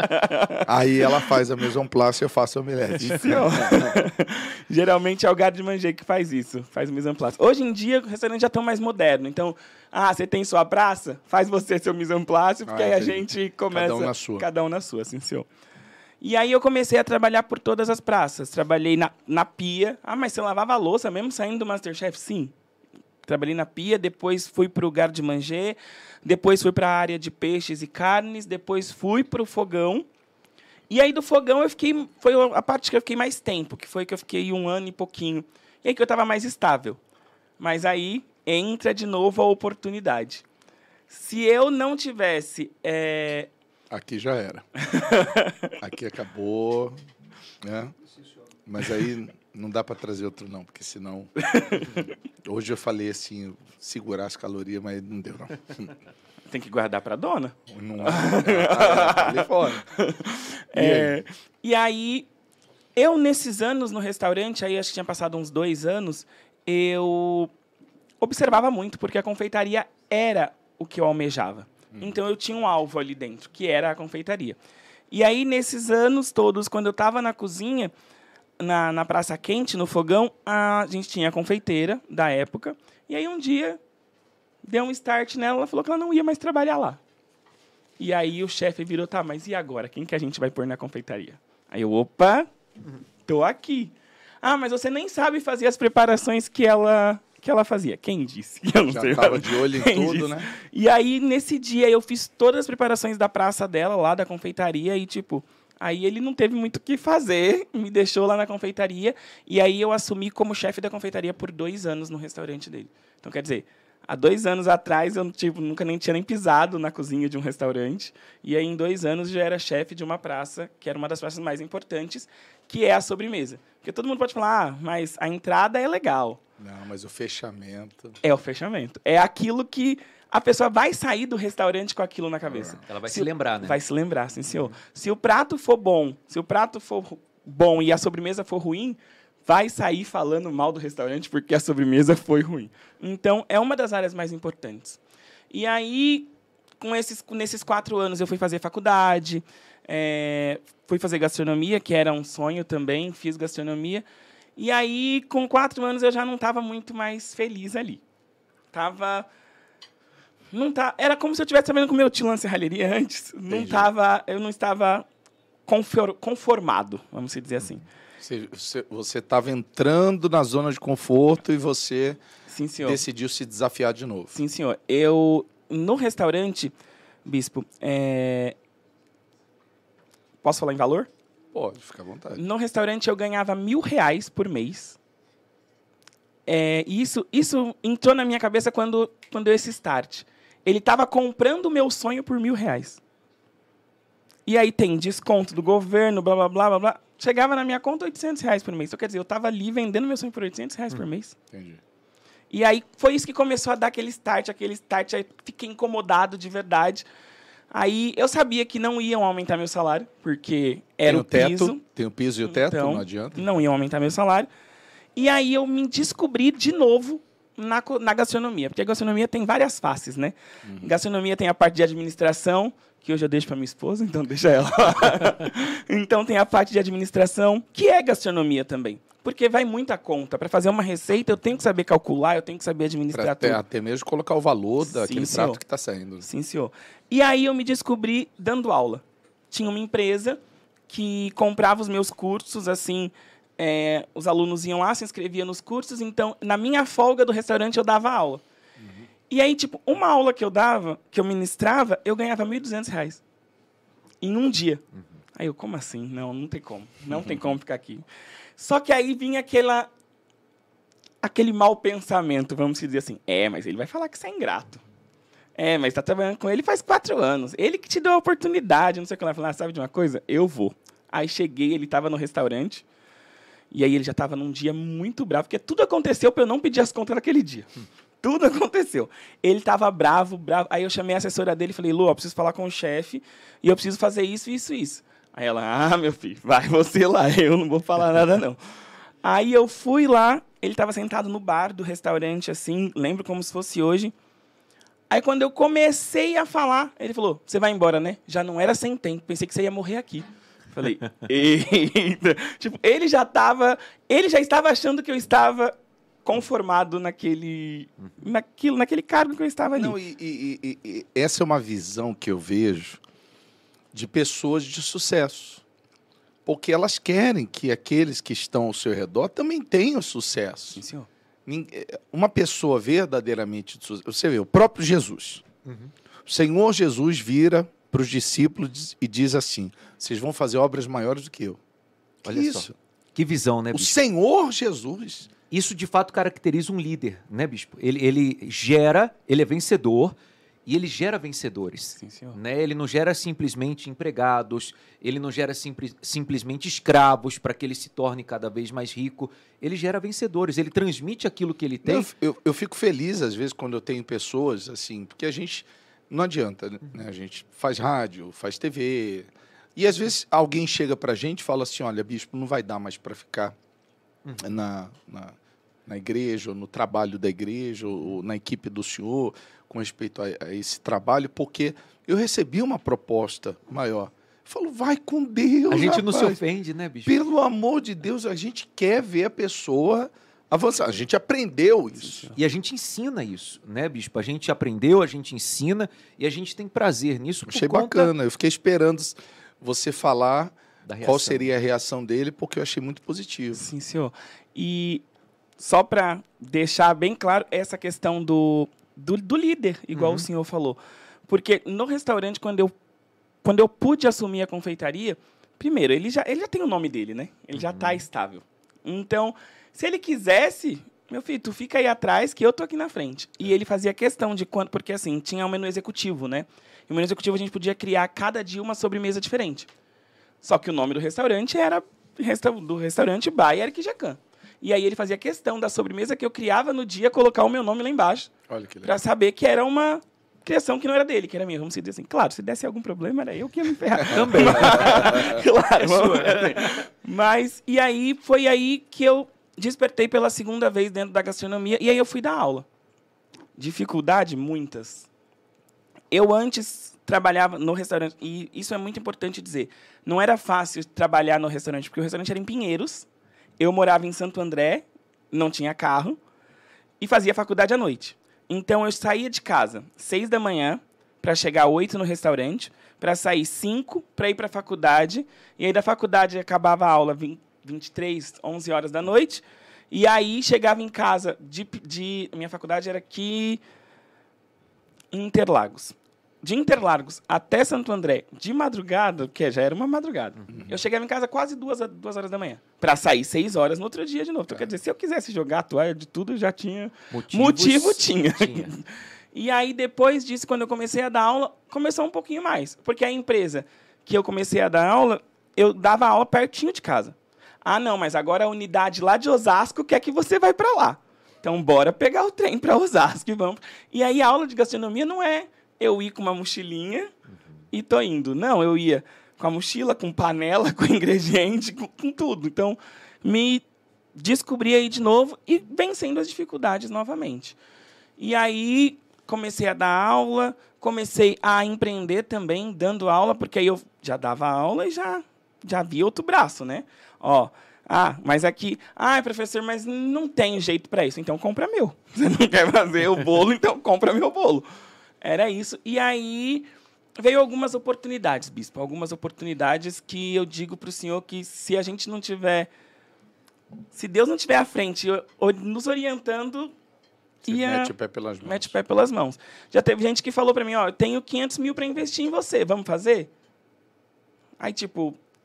aí ela faz a mise en place e eu faço o omelete. Geralmente é o garde-manger que faz isso, faz o mise en place. Hoje em dia, o restaurante já está mais moderno, então... Ah, você tem sua praça? Faz você seu mise en place, porque ah, aí a gente começa... Cada um na sua. Cada um na sua, sim, senhor. E aí eu comecei a trabalhar por todas as praças. Trabalhei na, na pia. Ah, mas você lavava a louça mesmo saindo do MasterChef? Sim. Trabalhei na pia, depois fui para o garde-manger, depois fui para a área de peixes e carnes, depois fui para o fogão. E aí do fogão eu fiquei... Foi a parte que eu fiquei mais tempo, que foi que eu fiquei um ano e pouquinho. E aí que eu estava mais estável. Mas aí... entra de novo a oportunidade. Se eu não tivesse... É... Aqui já era. Aqui acabou. Né? Mas aí não dá para trazer outro não, porque senão... Hoje eu falei assim, segurar as calorias, mas não deu não. Tem que guardar para a dona. Não, ah, ali fora. E, é, aí? e aí, eu nesses anos no restaurante, aí acho que tinha passado uns dois anos, eu... observava muito, porque a confeitaria era o que eu almejava. Hum. Então, eu tinha um alvo ali dentro, que era a confeitaria. E aí, nesses anos todos, quando eu estava na cozinha, na, na Praça Quente, no fogão, a gente tinha a confeiteira da época. E aí, um dia, deu um start nela, ela falou que ela não ia mais trabalhar lá. E aí, o chefe virou, tá, mas e agora? Quem que a gente vai pôr na confeitaria? Aí eu, opa, tô aqui. Ah, mas você nem sabe fazer as preparações que ela... que ela fazia. Quem disse? Eu não Já sei. estava de olho em Quem tudo, disse? né? E aí, nesse dia, eu fiz todas as preparações da praça dela, lá da confeitaria, e, tipo, aí ele não teve muito o que fazer, me deixou lá na confeitaria, e aí eu assumi como chefe da confeitaria por dois anos no restaurante dele. Então, quer dizer, há dois anos atrás, eu tipo, nunca nem tinha nem pisado na cozinha de um restaurante, e aí, em dois anos, já era chefe de uma praça, que era uma das praças mais importantes, que é a sobremesa. Porque todo mundo pode falar, ah, mas a entrada é legal. Não, mas o fechamento... É o fechamento. É aquilo que a pessoa vai sair do restaurante com aquilo na cabeça. Ela vai se, se lembrar, né? Vai se lembrar, sim, senhor. Uhum. Se o prato for bom, se o prato for bom e a sobremesa for ruim, vai sair falando mal do restaurante porque a sobremesa foi ruim. Então, é uma das áreas mais importantes. E aí, com esses, nesses quatro anos, eu fui fazer faculdade, é, fui fazer gastronomia, que era um sonho também, fiz gastronomia. E aí, com quatro anos, eu já não estava muito mais feliz ali. Tava... Não tá, era como se eu estivesse trabalhando com meu tio na serralheria antes. Não tava, eu não estava conformado, vamos dizer assim. Você estava entrando na zona de conforto e você Sim, senhor. decidiu se desafiar de novo. Sim, senhor. Eu, no restaurante, Bispo, é... posso falar em valor? Pode, fica à vontade. No restaurante eu ganhava mil reais por mês. É, isso, isso entrou na minha cabeça quando, quando deu esse start. Ele estava comprando o meu sonho por mil reais. E aí tem desconto do governo, blá, blá, blá, blá, blá. Chegava na minha conta oitocentos reais por mês. Então, quer dizer, eu estava ali vendendo meu sonho por oitocentos reais hum, por mês. Entendi. E aí foi isso que começou a dar aquele start, aquele start, aí fiquei incomodado de verdade. Aí eu sabia que não iam aumentar meu salário, porque era tem o, o teto, piso. Tem o piso e o teto, então, não adianta. Não iam aumentar meu salário. E aí eu me descobri de novo na, na gastronomia, porque a gastronomia tem várias faces, né? Uhum. Gastronomia tem a parte de administração, que hoje eu deixo para minha esposa, então deixa ela. Então tem a parte de administração, que é gastronomia também. Porque vai muita conta. Para fazer uma receita, eu tenho que saber calcular, eu tenho que saber administrar pra tudo. Até mesmo colocar o valor daquele Sim, prato senhor. que está saindo. Sim, senhor. E aí eu me descobri dando aula. Tinha uma empresa que comprava os meus cursos, assim, é, os alunos iam lá, se inscreviam nos cursos, então, na minha folga do restaurante, eu dava aula. Uhum. E aí, tipo, uma aula que eu dava, que eu ministrava, eu ganhava mil e duzentos reais. Em um dia. Uhum. Aí eu, como assim? Não, não tem como. Não tem como ficar aqui. Só que aí vinha aquela, aquele mau pensamento, vamos dizer assim. É, mas ele vai falar que você é ingrato. É, mas está trabalhando com ele faz quatro anos. Ele que te deu a oportunidade, não sei o que lá. Falar, ah, sabe de uma coisa? Eu vou. Aí cheguei, ele estava no restaurante. E aí ele já estava num dia muito bravo, porque tudo aconteceu para eu não pedir as contas naquele dia. Hum. Tudo aconteceu. Ele estava bravo, bravo. Aí eu chamei a assessora dele e falei, Lu, eu preciso falar com o chefe e eu preciso fazer isso, isso, isso. Aí ela, ah, meu filho, vai você lá, eu não vou falar nada, não. Aí eu fui lá, ele estava sentado no bar do restaurante, assim, lembro como se fosse hoje. Aí quando eu comecei a falar, ele falou, você vai embora, né? Já não era sem tempo, pensei que você ia morrer aqui. Falei, eita. Tipo, ele já estava, ele já estava achando que eu estava conformado naquele, naquilo, naquele cargo que eu estava ali. Não, e, e, e, e essa é uma visão que eu vejo de pessoas de sucesso. Porque elas querem que aqueles que estão ao seu redor também tenham sucesso. Sim, senhor. Uma pessoa verdadeiramente de sucesso. Você vê, o próprio Jesus. Uhum. O Senhor Jesus vira para os discípulos e diz assim, vocês vão fazer obras maiores do que eu. Que Olha isso? Só. Que visão, né, o bispo? Senhor Jesus. Isso, de fato, caracteriza um líder, né, bispo? Ele, ele gera, ele é vencedor e ele gera vencedores. Sim, senhor. Né? Ele não gera simplesmente empregados, ele não gera simples, simplesmente escravos para que ele se torne cada vez mais rico. Ele gera vencedores, ele transmite aquilo que ele tem. Eu, eu, eu fico feliz, às vezes, quando eu tenho pessoas assim, porque a gente... Não adianta, né? A gente faz rádio, faz T V. E, às vezes, alguém chega para a gente e fala assim, olha, bispo, não vai dar mais para ficar uhum. na, na, na igreja, ou no trabalho da igreja, ou na equipe do senhor, com respeito a, a esse trabalho, porque eu recebi uma proposta maior. Eu falo, vai com Deus, A gente rapaz. não se ofende, né, bispo? Pelo amor de Deus, a gente quer ver a pessoa... avançar. A gente aprendeu isso. E a gente ensina isso, né, bispo? A gente aprendeu, a gente ensina e a gente tem prazer nisso. Por Achei conta... bacana. Eu fiquei esperando você falar da reação. Qual seria a reação dele, porque eu achei muito positivo. Sim, senhor. E só para deixar bem claro essa questão do, do, do líder, igual uhum. o senhor falou. Porque no restaurante, quando eu, quando eu pude assumir a confeitaria, primeiro, ele já, ele já tem o nome dele, né? Ele uhum. já está estável. Então... Se ele quisesse, meu filho, tu fica aí atrás que eu tô aqui na frente. E ele fazia questão de quando, porque assim, tinha um menu executivo, né? E o menu executivo a gente podia criar cada dia uma sobremesa diferente. Só que o nome do restaurante era do restaurante by Eric Jacan. E aí ele fazia questão da sobremesa que eu criava no dia, colocar o meu nome lá embaixo. Olha que legal. Pra saber que era uma criação que não era dele, que era minha. Vamos dizer assim. Claro, se desse algum problema, era eu que ia me ferrar. Também. Claro. Vamos, assim. Mas, e aí, foi aí que eu despertei pela segunda vez dentro da gastronomia, e aí eu fui dar aula. Dificuldade? Muitas. Eu antes trabalhava no restaurante, e isso é muito importante dizer, não era fácil trabalhar no restaurante, porque o restaurante era em Pinheiros, eu morava em Santo André, não tinha carro, e fazia faculdade à noite. Então, eu saía de casa seis da manhã, para chegar oito no restaurante, para sair cinco, para ir para a faculdade, e aí da faculdade acabava a aula vinte, vinte e três, onze horas da noite, e aí chegava em casa, de, de minha faculdade era aqui em Interlagos. De Interlagos até Santo André, de madrugada, que já era uma madrugada, uhum. eu chegava em casa quase duas, duas horas da manhã, para sair seis horas no outro dia de novo. Então, é. quer dizer, se eu quisesse jogar a toalha de tudo, eu já tinha... Motivos, motivo tinha. tinha. E aí, depois disso, quando eu comecei a dar aula, começou um pouquinho mais. Porque a empresa que eu comecei a dar aula, eu dava aula pertinho de casa. Ah, não, mas agora a unidade lá de Osasco quer que você vai para lá. Então, bora pegar o trem para Osasco e vamos. E aí, a aula de gastronomia não é eu ir com uma mochilinha uhum. e tô indo. Não, eu ia com a mochila, com panela, com ingrediente, com, com tudo. Então, me descobri aí de novo e vencendo as dificuldades novamente. E aí, comecei a dar aula, comecei a empreender também, dando aula, porque aí eu já dava aula e já, já via outro braço, né? Ó, ah, mas aqui... Ah, professor, mas não tem jeito para isso. Então, compra meu. Você não quer fazer o bolo, então compra meu bolo. Era isso. E aí, veio algumas oportunidades, bispo. Algumas oportunidades que eu digo para o senhor que se a gente não tiver... Se Deus não estiver à frente, nos orientando... Ia, mete o pé pelas mãos. Mete o pé pelas mãos. Já teve gente que falou para mim, ó, eu tenho quinhentos mil para investir em você, vamos fazer? Aí, tipo,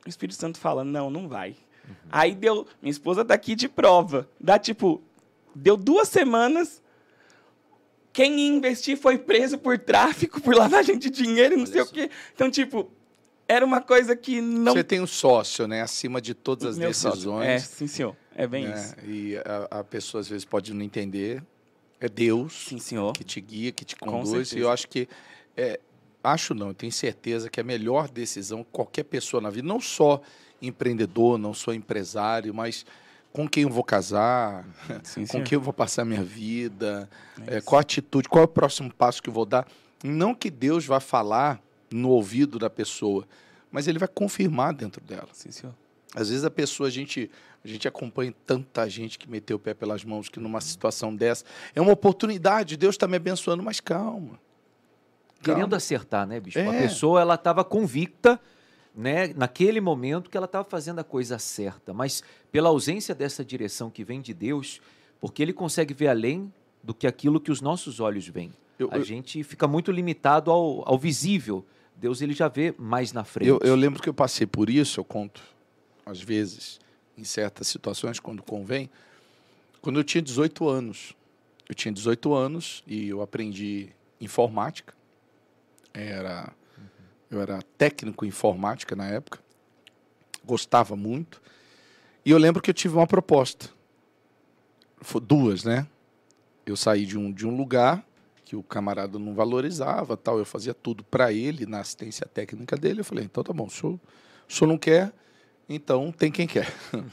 o Espírito Santo fala, não, não vai. Uhum. Aí deu, minha esposa tá aqui de prova, dá tipo, deu duas semanas, quem ia investir foi preso por tráfico, por lavagem de dinheiro e não Olha sei isso. o quê. Então, tipo, era uma coisa que não... Você tem um sócio, né? Acima de todas as Meu decisões. Sócio. É, sim, senhor. É bem né? isso. E a, a pessoa, às vezes, pode não entender. É Deus sim, senhor. que te guia, que te conduz. E eu acho que... É, acho não, eu tenho certeza que a melhor decisão que qualquer pessoa na vida, não só empreendedor, não só empresário, mas... com quem eu vou casar, sim, com quem eu vou passar minha vida, é é, qual a atitude, qual é o próximo passo que eu vou dar. Não que Deus vai falar no ouvido da pessoa, mas Ele vai confirmar dentro dela. Sim, senhor. Às vezes a pessoa, a gente, a gente acompanha tanta gente que meteu o pé pelas mãos, que numa situação dessa, é uma oportunidade, Deus está me abençoando, mas calma. Querendo calma. acertar, né, Bispo? É. A pessoa ela estava convicta, né, naquele momento que ela estava fazendo a coisa certa, mas pela ausência dessa direção que vem de Deus, porque Ele consegue ver além do que aquilo que os nossos olhos veem. Eu, a eu, gente fica muito limitado ao, ao visível. Deus ele já vê mais na frente. Eu, eu lembro que eu passei por isso, eu conto, às vezes, em certas situações, quando convém, quando eu tinha dezoito anos. Eu tinha dezoito anos e eu aprendi informática. Era... Eu era técnico em informática na época, gostava muito, e eu lembro que eu tive uma proposta, duas, né? Eu saí de um, de um lugar que o camarada não valorizava, tal, eu fazia tudo para ele, na assistência técnica dele, eu falei, então tá bom, o senhor, o senhor não quer, então tem quem quer.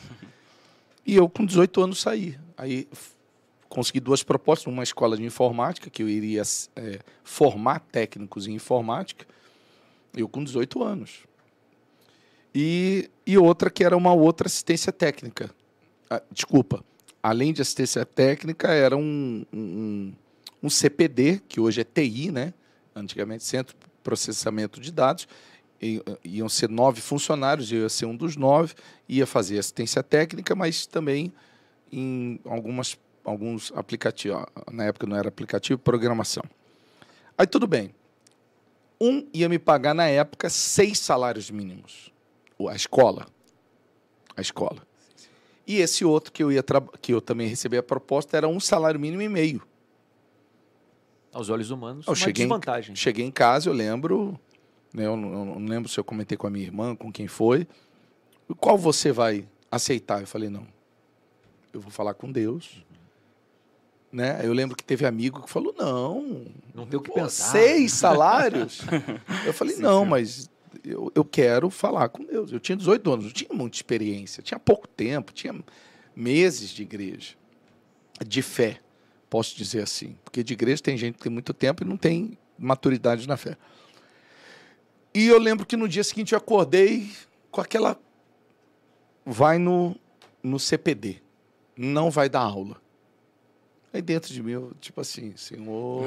E eu com dezoito anos saí, aí consegui duas propostas, uma escola de informática, que eu iria é, formar técnicos em informática, eu com dezoito anos. E, e outra que era uma outra assistência técnica. Ah, desculpa, além de assistência técnica, era um, um, um C P D, que hoje é T I, né? Antigamente Centro de Processamento de Dados. E, iam ser nove funcionários, eu ia ser um dos nove, ia fazer assistência técnica, mas também em algumas, alguns aplicativos. Na época não era aplicativo, programação. Aí tudo bem. Um ia me pagar, na época, seis salários mínimos. A escola. A escola. E esse outro que eu, ia que eu também recebi a proposta era um salário mínimo e meio. Aos olhos humanos, eu uma cheguei desvantagem. Em, cheguei em casa, eu lembro... Né, eu, não, eu não lembro se eu comentei com a minha irmã, com quem foi. Qual você vai aceitar? Eu falei, não. Eu vou falar com Deus... Né? Eu lembro que teve amigo que falou, não, não tem o que pô, pensar. Seis salários? Eu falei, sim, não, sim. mas eu, eu quero falar com Deus. Eu tinha dezoito anos, não tinha muita experiência, tinha pouco tempo, tinha meses de igreja, de fé, posso dizer assim. Porque de igreja tem gente que tem muito tempo e não tem maturidade na fé. E eu lembro que no dia seguinte eu acordei com aquela... Vai no, no C P D, não vai dar aula. Aí dentro de mim, eu, tipo assim, Senhor...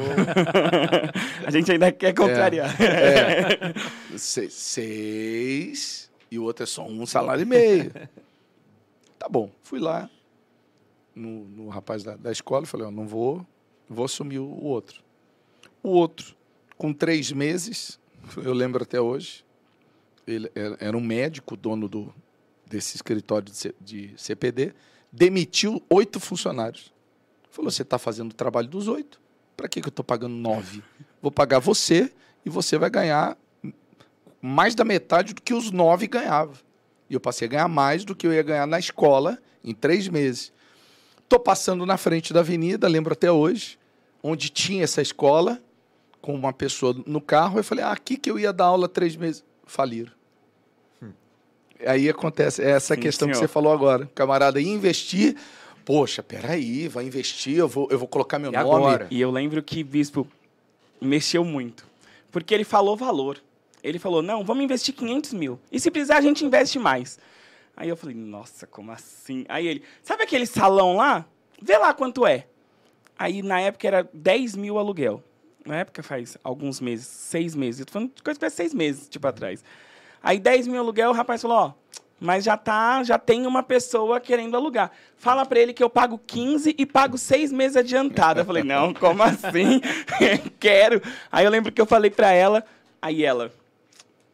A gente ainda quer contrariar. É, é, seis, seis, e o outro é só um salário e meio. Tá bom, fui lá no, no rapaz da, da escola e falei, ó, não vou, vou assumir o, o outro. O outro, com três meses, eu lembro até hoje, ele era, era um médico, dono do, desse escritório de, C, de C P D, demitiu oito funcionários. Falou, você está fazendo o trabalho dos oito, para que, que eu estou pagando nove? Vou pagar você e você vai ganhar mais da metade do que os nove ganhavam. E eu passei a ganhar mais do que eu ia ganhar na escola em três meses. Estou passando na frente da avenida, lembro até hoje, onde tinha essa escola, com uma pessoa no carro, eu falei, ah, aqui que eu ia dar aula três meses. Faliram. Hum. Aí acontece essa Sim, questão senhor. que você falou agora. O camarada ia investir... Poxa, peraí, vai investir, eu vou, eu vou colocar meu e nome. Agora? E eu lembro que Bispo mexeu muito. Porque ele falou valor. Ele falou, não, vamos investir quinhentos mil. E se precisar, a gente investe mais. Aí eu falei, nossa, como assim? Aí ele, sabe aquele salão lá? Vê lá quanto é. Aí, na época, era dez mil aluguel. Na época, faz alguns meses, seis meses. Eu tô falando de coisa que faz seis meses, tipo, atrás. Aí, dez mil aluguel, o rapaz falou, ó... Mas já, tá, já tem uma pessoa querendo alugar. Fala para ele que eu pago quinze e pago seis meses adiantado. Eu falei, não, como assim? Quero. Aí eu lembro que eu falei para ela, aí ela,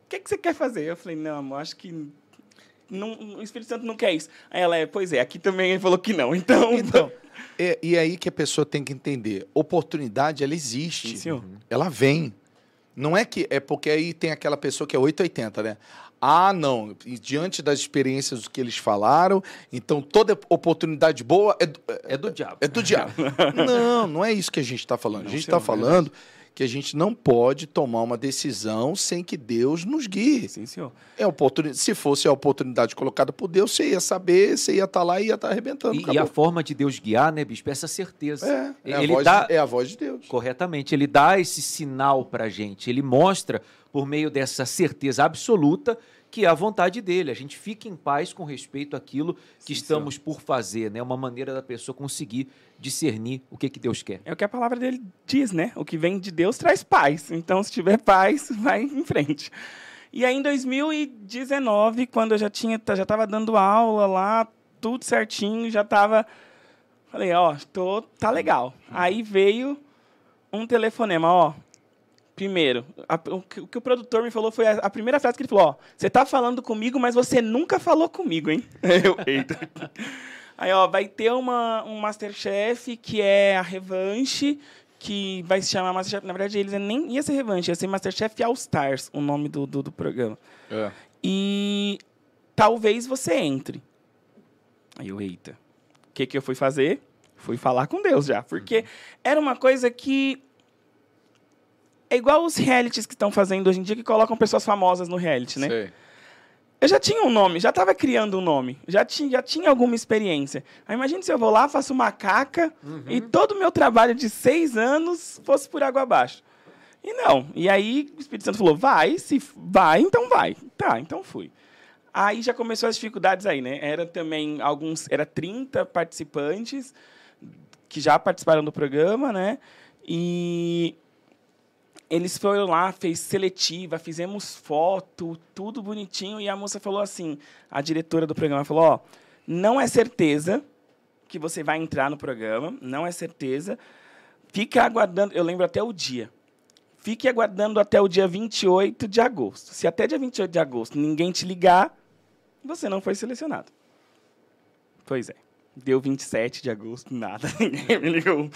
que, que você quer fazer? Eu falei, não, amor, acho que não, o Espírito Santo não quer isso. Aí ela, é, pois é, aqui também ele falou que não. Então, então é, e aí que a pessoa tem que entender. Oportunidade, ela existe. Sim, senhor. Ela vem. Não é que... É porque aí tem aquela pessoa que é oito ou oitenta, né? Ah, não. E diante das experiências que eles falaram, então toda oportunidade boa é do, é do diabo. É do diabo. Não, não é isso que a gente está falando. Não, a gente senhor, está falando que a gente não pode tomar uma decisão sem que Deus nos guie. Sim, senhor. É oportunidade. Se fosse a oportunidade colocada por Deus, você ia saber, você ia estar lá e ia estar arrebentando. E, e a forma de Deus guiar, né, bispo? Essa certeza. É, é, ele a voz dá, de, é a voz de Deus. Corretamente. Ele dá esse sinal para a gente. Ele mostra, por meio dessa certeza absoluta, que é a vontade dele. A gente fica em paz com respeito àquilo que Sim, estamos senhor. por fazer, né? Uma maneira da pessoa conseguir discernir o que, que Deus quer. É o que a palavra dele diz, né? O que vem de Deus traz paz. Então, se tiver paz, vai em frente. E aí, em dois mil e dezenove, quando eu já tinha, já estava dando aula lá, tudo certinho, já estava... Falei, ó, tô, tá legal. Aí veio um telefonema, ó... Primeiro, a, o, que, o que o produtor me falou foi a, a primeira frase que ele falou, ó, você tá falando comigo, mas você nunca falou comigo, hein? Eu, eita. Aí, ó, vai ter uma, um Masterchef que é a revanche, que vai se chamar Masterchef, na verdade, eles nem ia ser revanche, ia ser Masterchef All Stars, o nome do, do, do programa. É. E talvez você entre. Aí eu, eita. O que, que eu fui fazer? Fui falar com Deus já, porque era uma coisa que... É igual os realities que estão fazendo hoje em dia, que colocam pessoas famosas no reality, né? Sei. Eu já tinha um nome, já estava criando um nome, já tinha, já tinha alguma experiência. Aí imagina se eu vou lá, faço uma caca uhum. e todo o meu trabalho de seis anos fosse por água abaixo. E não. E aí o Espírito Santo falou, vai, se vai, então vai. Tá, então fui. Aí já começou as dificuldades aí, né? Era também alguns, era trinta participantes que já participaram do programa, né? E... Eles foram lá, fez seletiva, fizemos foto, tudo bonitinho. E a moça falou assim, a diretora do programa falou, ó, não é certeza que você vai entrar no programa, não é certeza. Fique aguardando, eu lembro até o dia. Fique aguardando até o dia vinte e oito de agosto. Se até dia vinte e oito de agosto ninguém te ligar, você não foi selecionado. Pois é. Deu vinte e sete de agosto, nada, ninguém me ligou.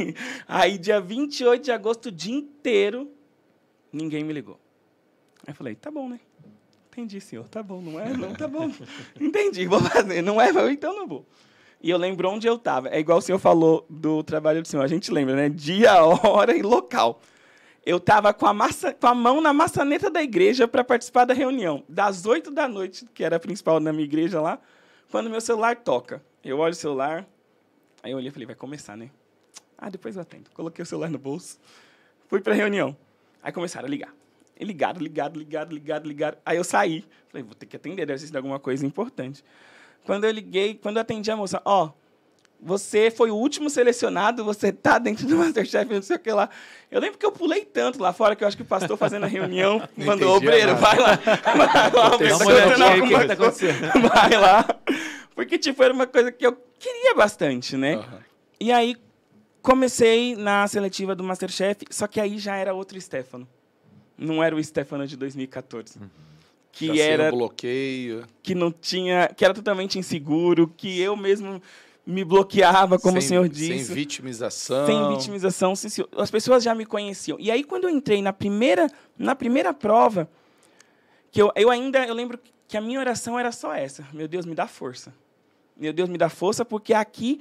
Aí, dia vinte e oito de agosto, o dia inteiro, ninguém me ligou. Aí eu falei, tá bom, né? Entendi, senhor, tá bom, não é? Não, tá bom. Entendi, vou fazer, não é? Então não vou. E eu lembro onde eu estava. É igual o senhor falou do trabalho do senhor, a gente lembra, né? Dia, hora e local. Eu estava com, com a mão na maçaneta da igreja para participar da reunião, das oito da noite, que era a principal da minha igreja lá, quando meu celular toca. Eu olho o celular, aí eu olhei e falei, vai começar, né? Ah, depois eu atendo. Coloquei o celular no bolso, fui para a reunião. Aí começaram a ligar. E ligaram, ligaram, ligaram, ligaram, ligaram. Aí eu saí. Falei, vou ter que atender, deve ser alguma coisa importante. Quando eu liguei, quando eu atendi a moça, ó, você foi o último selecionado, você tá dentro do Masterchef, não sei o que lá. Eu lembro que eu pulei tanto lá fora, que eu acho que o pastor fazendo a reunião mandou, obreiro, vai lá. Vai lá, obreiro, tá acontecendo. Vai lá. Porque, tipo, era uma coisa que eu queria bastante, né? Uhum. E aí, comecei na seletiva do Masterchef, só que aí já era outro Stefano. Não era o Stefano de dois mil e quatorze. Uhum. Que já era... bloqueio. Que não tinha... Que era totalmente inseguro, que eu mesmo me bloqueava, como sem, o senhor disse. Sem vitimização. Sem vitimização. As pessoas já me conheciam. E aí, quando eu entrei na primeira, na primeira prova, que eu, eu ainda... Eu lembro que a minha oração era só essa. Meu Deus, me dá força. Meu Deus, me dá força, porque aqui,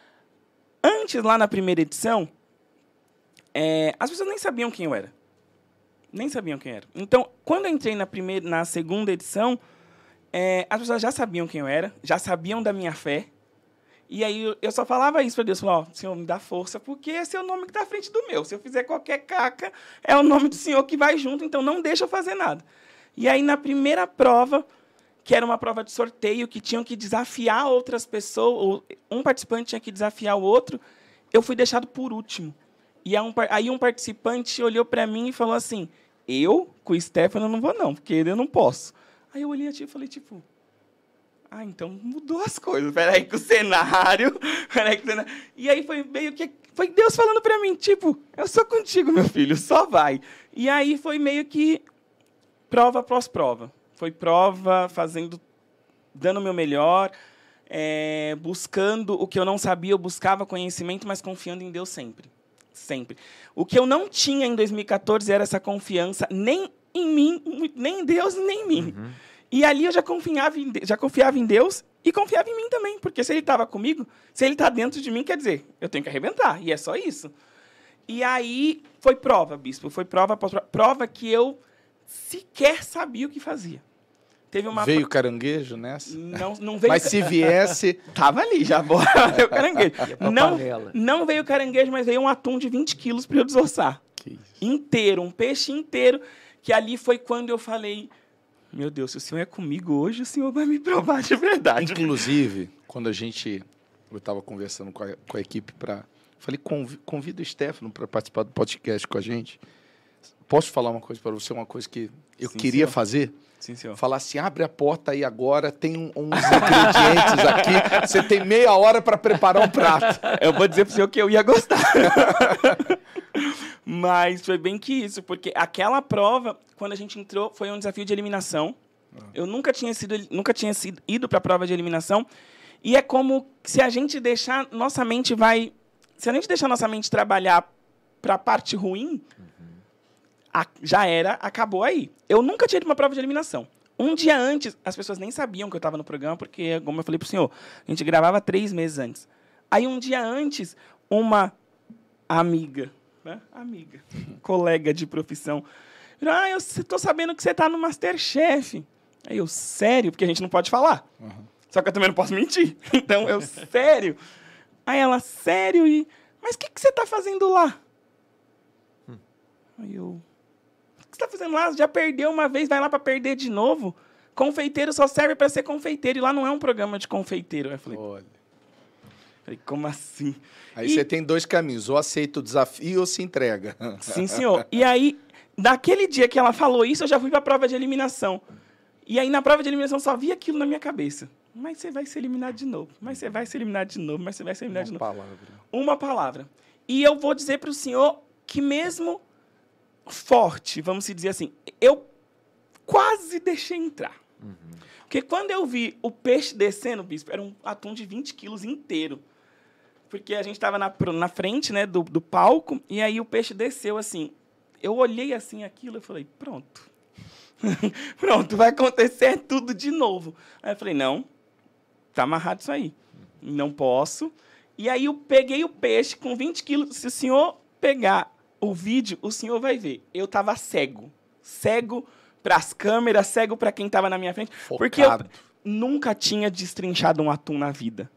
antes, lá na primeira edição, é, as pessoas nem sabiam quem eu era. Nem sabiam quem eu era. Então, quando eu entrei na, primeira, na segunda edição, é, as pessoas já sabiam quem eu era, já sabiam da minha fé. E aí eu, eu só falava isso para Deus, falava, ó, Senhor, me dá força, porque esse é o nome que está à frente do meu. Se eu fizer qualquer caca, é o nome do Senhor que vai junto, então não deixa eu fazer nada. E aí, na primeira prova, que era uma prova de sorteio, que tinham que desafiar outras pessoas, um participante tinha que desafiar o outro, eu fui deixado por último. E aí um participante olhou para mim e falou assim, eu, com o Stefano, não vou não, porque eu não posso. Aí eu olhei e falei, tipo, ah, então mudou as coisas, peraí que o cenário, peraí que o cenário... E aí foi meio que, foi Deus falando para mim, tipo, eu sou contigo, meu filho, só vai. E aí foi meio que... prova após prova. Foi prova fazendo, dando o meu melhor, é, buscando o que eu não sabia, eu buscava conhecimento, mas confiando em Deus sempre. Sempre. O que eu não tinha em dois mil e quatorze era essa confiança, nem em mim, nem em Deus, nem em mim. Uhum. E ali eu já confiava, em, já confiava em Deus e confiava em mim também, porque se ele estava comigo, se ele está dentro de mim, quer dizer, eu tenho que arrebentar, e é só isso. E aí foi prova, bispo, foi prova, prova que eu sequer sabia o que fazia. Teve uma veio caranguejo nessa? Não, não veio. Mas se viesse... Tava ali, já bora o caranguejo. Não, não veio caranguejo, mas veio um atum de vinte quilos para eu desossar. Inteiro, um peixe inteiro, que ali foi quando eu falei, meu Deus, se o senhor é comigo hoje, o senhor vai me provar de verdade. Inclusive, quando a gente... Eu estava conversando com a, com a equipe para... Falei, conv, convido o Stefano para participar do podcast com a gente. Posso falar uma coisa para você, uma coisa que eu Sim, queria senhor. fazer? Sim, senhor. Falar assim, abre a porta aí agora, tem um, uns ingredientes aqui, você tem meia hora para preparar um prato. Eu vou dizer para o senhor que eu ia gostar. Mas foi bem que isso, porque aquela prova, quando a gente entrou, foi um desafio de eliminação. Ah. Eu nunca tinha, sido, nunca tinha sido, ido para a prova de eliminação. E é como se a gente deixar, nossa mente vai... Se a gente deixar nossa mente trabalhar para a parte ruim... A, já era, acabou aí. Eu nunca tinha ido uma prova de eliminação. Um dia antes, as pessoas nem sabiam que eu estava no programa, porque, como eu falei para o senhor, a gente gravava três meses antes. Aí, um dia antes, uma amiga, né? amiga, colega de profissão, ah, eu estou sabendo que você está no MasterChef. Aí eu, sério? Porque a gente não pode falar. Uhum. Só que eu também não posso mentir. Então, eu, sério? Aí ela, sério? E, mas o que, que você está fazendo lá? Hum. Aí eu... O que você está fazendo lá? Já perdeu uma vez, vai lá para perder de novo? Confeiteiro só serve para ser confeiteiro, e lá não é um programa de confeiteiro. Eu falei, olha. Falei, como assim? Aí e... você tem dois caminhos, ou aceita o desafio ou se entrega. Sim, senhor. E aí, naquele dia que ela falou isso, eu já fui para a prova de eliminação. E aí, na prova de eliminação, só vi aquilo na minha cabeça. Mas você vai ser eliminado de novo, mas você vai ser eliminado de novo, mas você vai ser eliminado Uma de novo. palavra. Uma palavra. E eu vou dizer para o senhor que mesmo... forte, vamos dizer assim, eu quase deixei entrar. Uhum. Porque quando eu vi o peixe descendo, bispo, era um atum de vinte quilos inteiro. Porque a gente estava na, na frente, né, do, do palco, e aí o peixe desceu assim. Eu olhei assim aquilo e falei, pronto. Pronto, vai acontecer tudo de novo. Aí eu falei, não, tá amarrado isso aí. Não posso. E aí eu peguei o peixe com vinte quilos. Se o senhor pegar o vídeo, o senhor vai ver. Eu estava cego. Cego para as câmeras, cego para quem estava na minha frente. Focado. Porque eu nunca tinha destrinchado um atum na vida.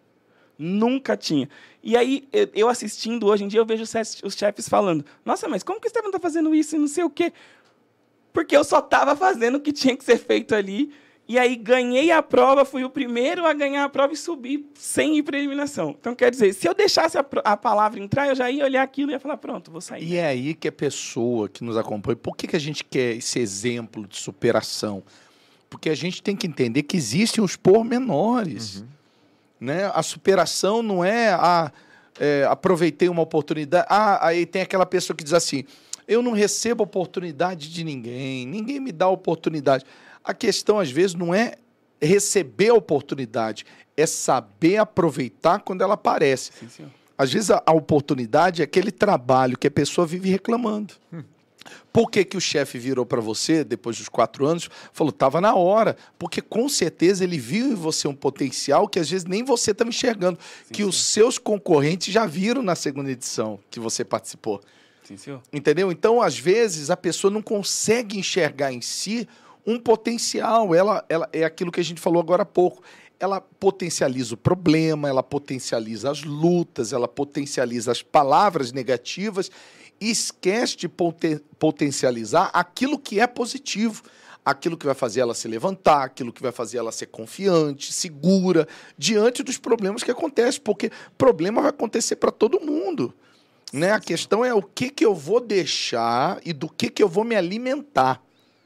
Nunca tinha. E aí, eu assistindo, hoje em dia, eu vejo os chefes falando, nossa, mas como que o Stefano está fazendo isso e não sei o quê? Porque eu só estava fazendo o que tinha que ser feito ali. E aí, ganhei a prova, fui o primeiro a ganhar a prova e subir sem ir para a eliminação. Então, quer dizer, se eu deixasse a, a palavra entrar, eu já ia olhar aquilo e ia falar, pronto, vou sair. E é aí que a pessoa que nos acompanha, por que, que a gente quer esse exemplo de superação? Porque a gente tem que entender que existem os pormenores. Uhum. Né? A superação não é, a, é aproveitei uma oportunidade. Ah, aí tem aquela pessoa que diz assim, eu não recebo oportunidade de ninguém, ninguém me dá oportunidade. A questão, às vezes, não é receber a oportunidade, é saber aproveitar quando ela aparece. Sim, senhor. Às vezes, a, a oportunidade é aquele trabalho que a pessoa vive reclamando. Hum. Por que, que o chefe virou para você, depois dos quatro anos, falou, estava na hora, porque com certeza ele viu em você um potencial que às vezes nem você estava enxergando, sim, que sim. os seus concorrentes já viram na segunda edição que você participou. Sim, senhor. Entendeu? Então, às vezes, a pessoa não consegue enxergar em si um potencial. Ela, ela é aquilo que a gente falou agora há pouco. Ela potencializa o problema, ela potencializa as lutas, ela potencializa as palavras negativas e esquece de poten potencializar aquilo que é positivo, aquilo que vai fazer ela se levantar, aquilo que vai fazer ela ser confiante, segura, diante dos problemas que acontecem, porque problema vai acontecer para todo mundo. Né? A questão é o que, que eu vou deixar e do que, que eu vou me alimentar.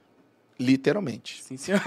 Literalmente. Sim, senhor.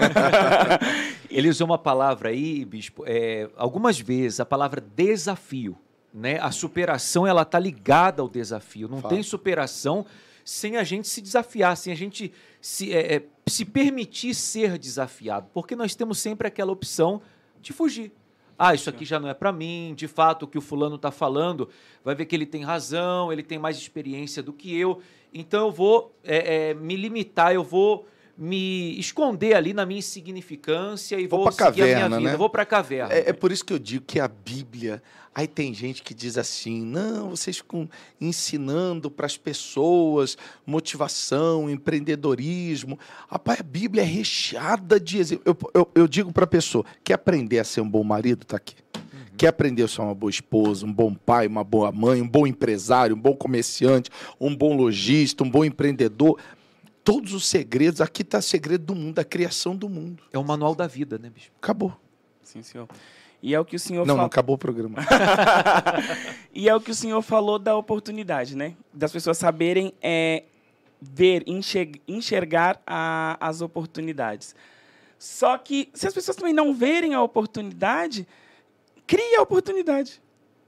Ele usou uma palavra aí, bispo, é, algumas vezes, a palavra desafio. Né? A superação ela está ligada ao desafio. Não Fala. Tem superação sem a gente se desafiar, sem a gente se, é, é, se permitir ser desafiado, porque nós temos sempre aquela opção de fugir. Ah, isso aqui já não é para mim, de fato, o que o fulano está falando, vai ver que ele tem razão, ele tem mais experiência do que eu, então eu vou é, é, me limitar, eu vou me esconder ali na minha insignificância e vou, vou pra seguir caverna, a minha vida, né? vou para a caverna. É, é por isso que eu digo que a Bíblia... Aí tem gente que diz assim, não, vocês ficam ensinando para as pessoas motivação, empreendedorismo. Rapaz, a Bíblia é recheada de exemplos. Eu, eu, eu digo para a pessoa, quer aprender a ser um bom marido? Está aqui. Uhum. Quer aprender a ser uma boa esposa, um bom pai, uma boa mãe, um bom empresário, um bom comerciante, um bom lojista, um bom empreendedor? Todos os segredos, aqui está o segredo do mundo, da criação do mundo. É o manual da vida, né, bispo? Acabou. Sim, senhor. E é o que o senhor Não, fala... não acabou o programa. E é o que o senhor falou da oportunidade, né? Das pessoas saberem é, ver, enxergar, enxergar a, as oportunidades. Só que, se as pessoas também não verem a oportunidade, cria a oportunidade.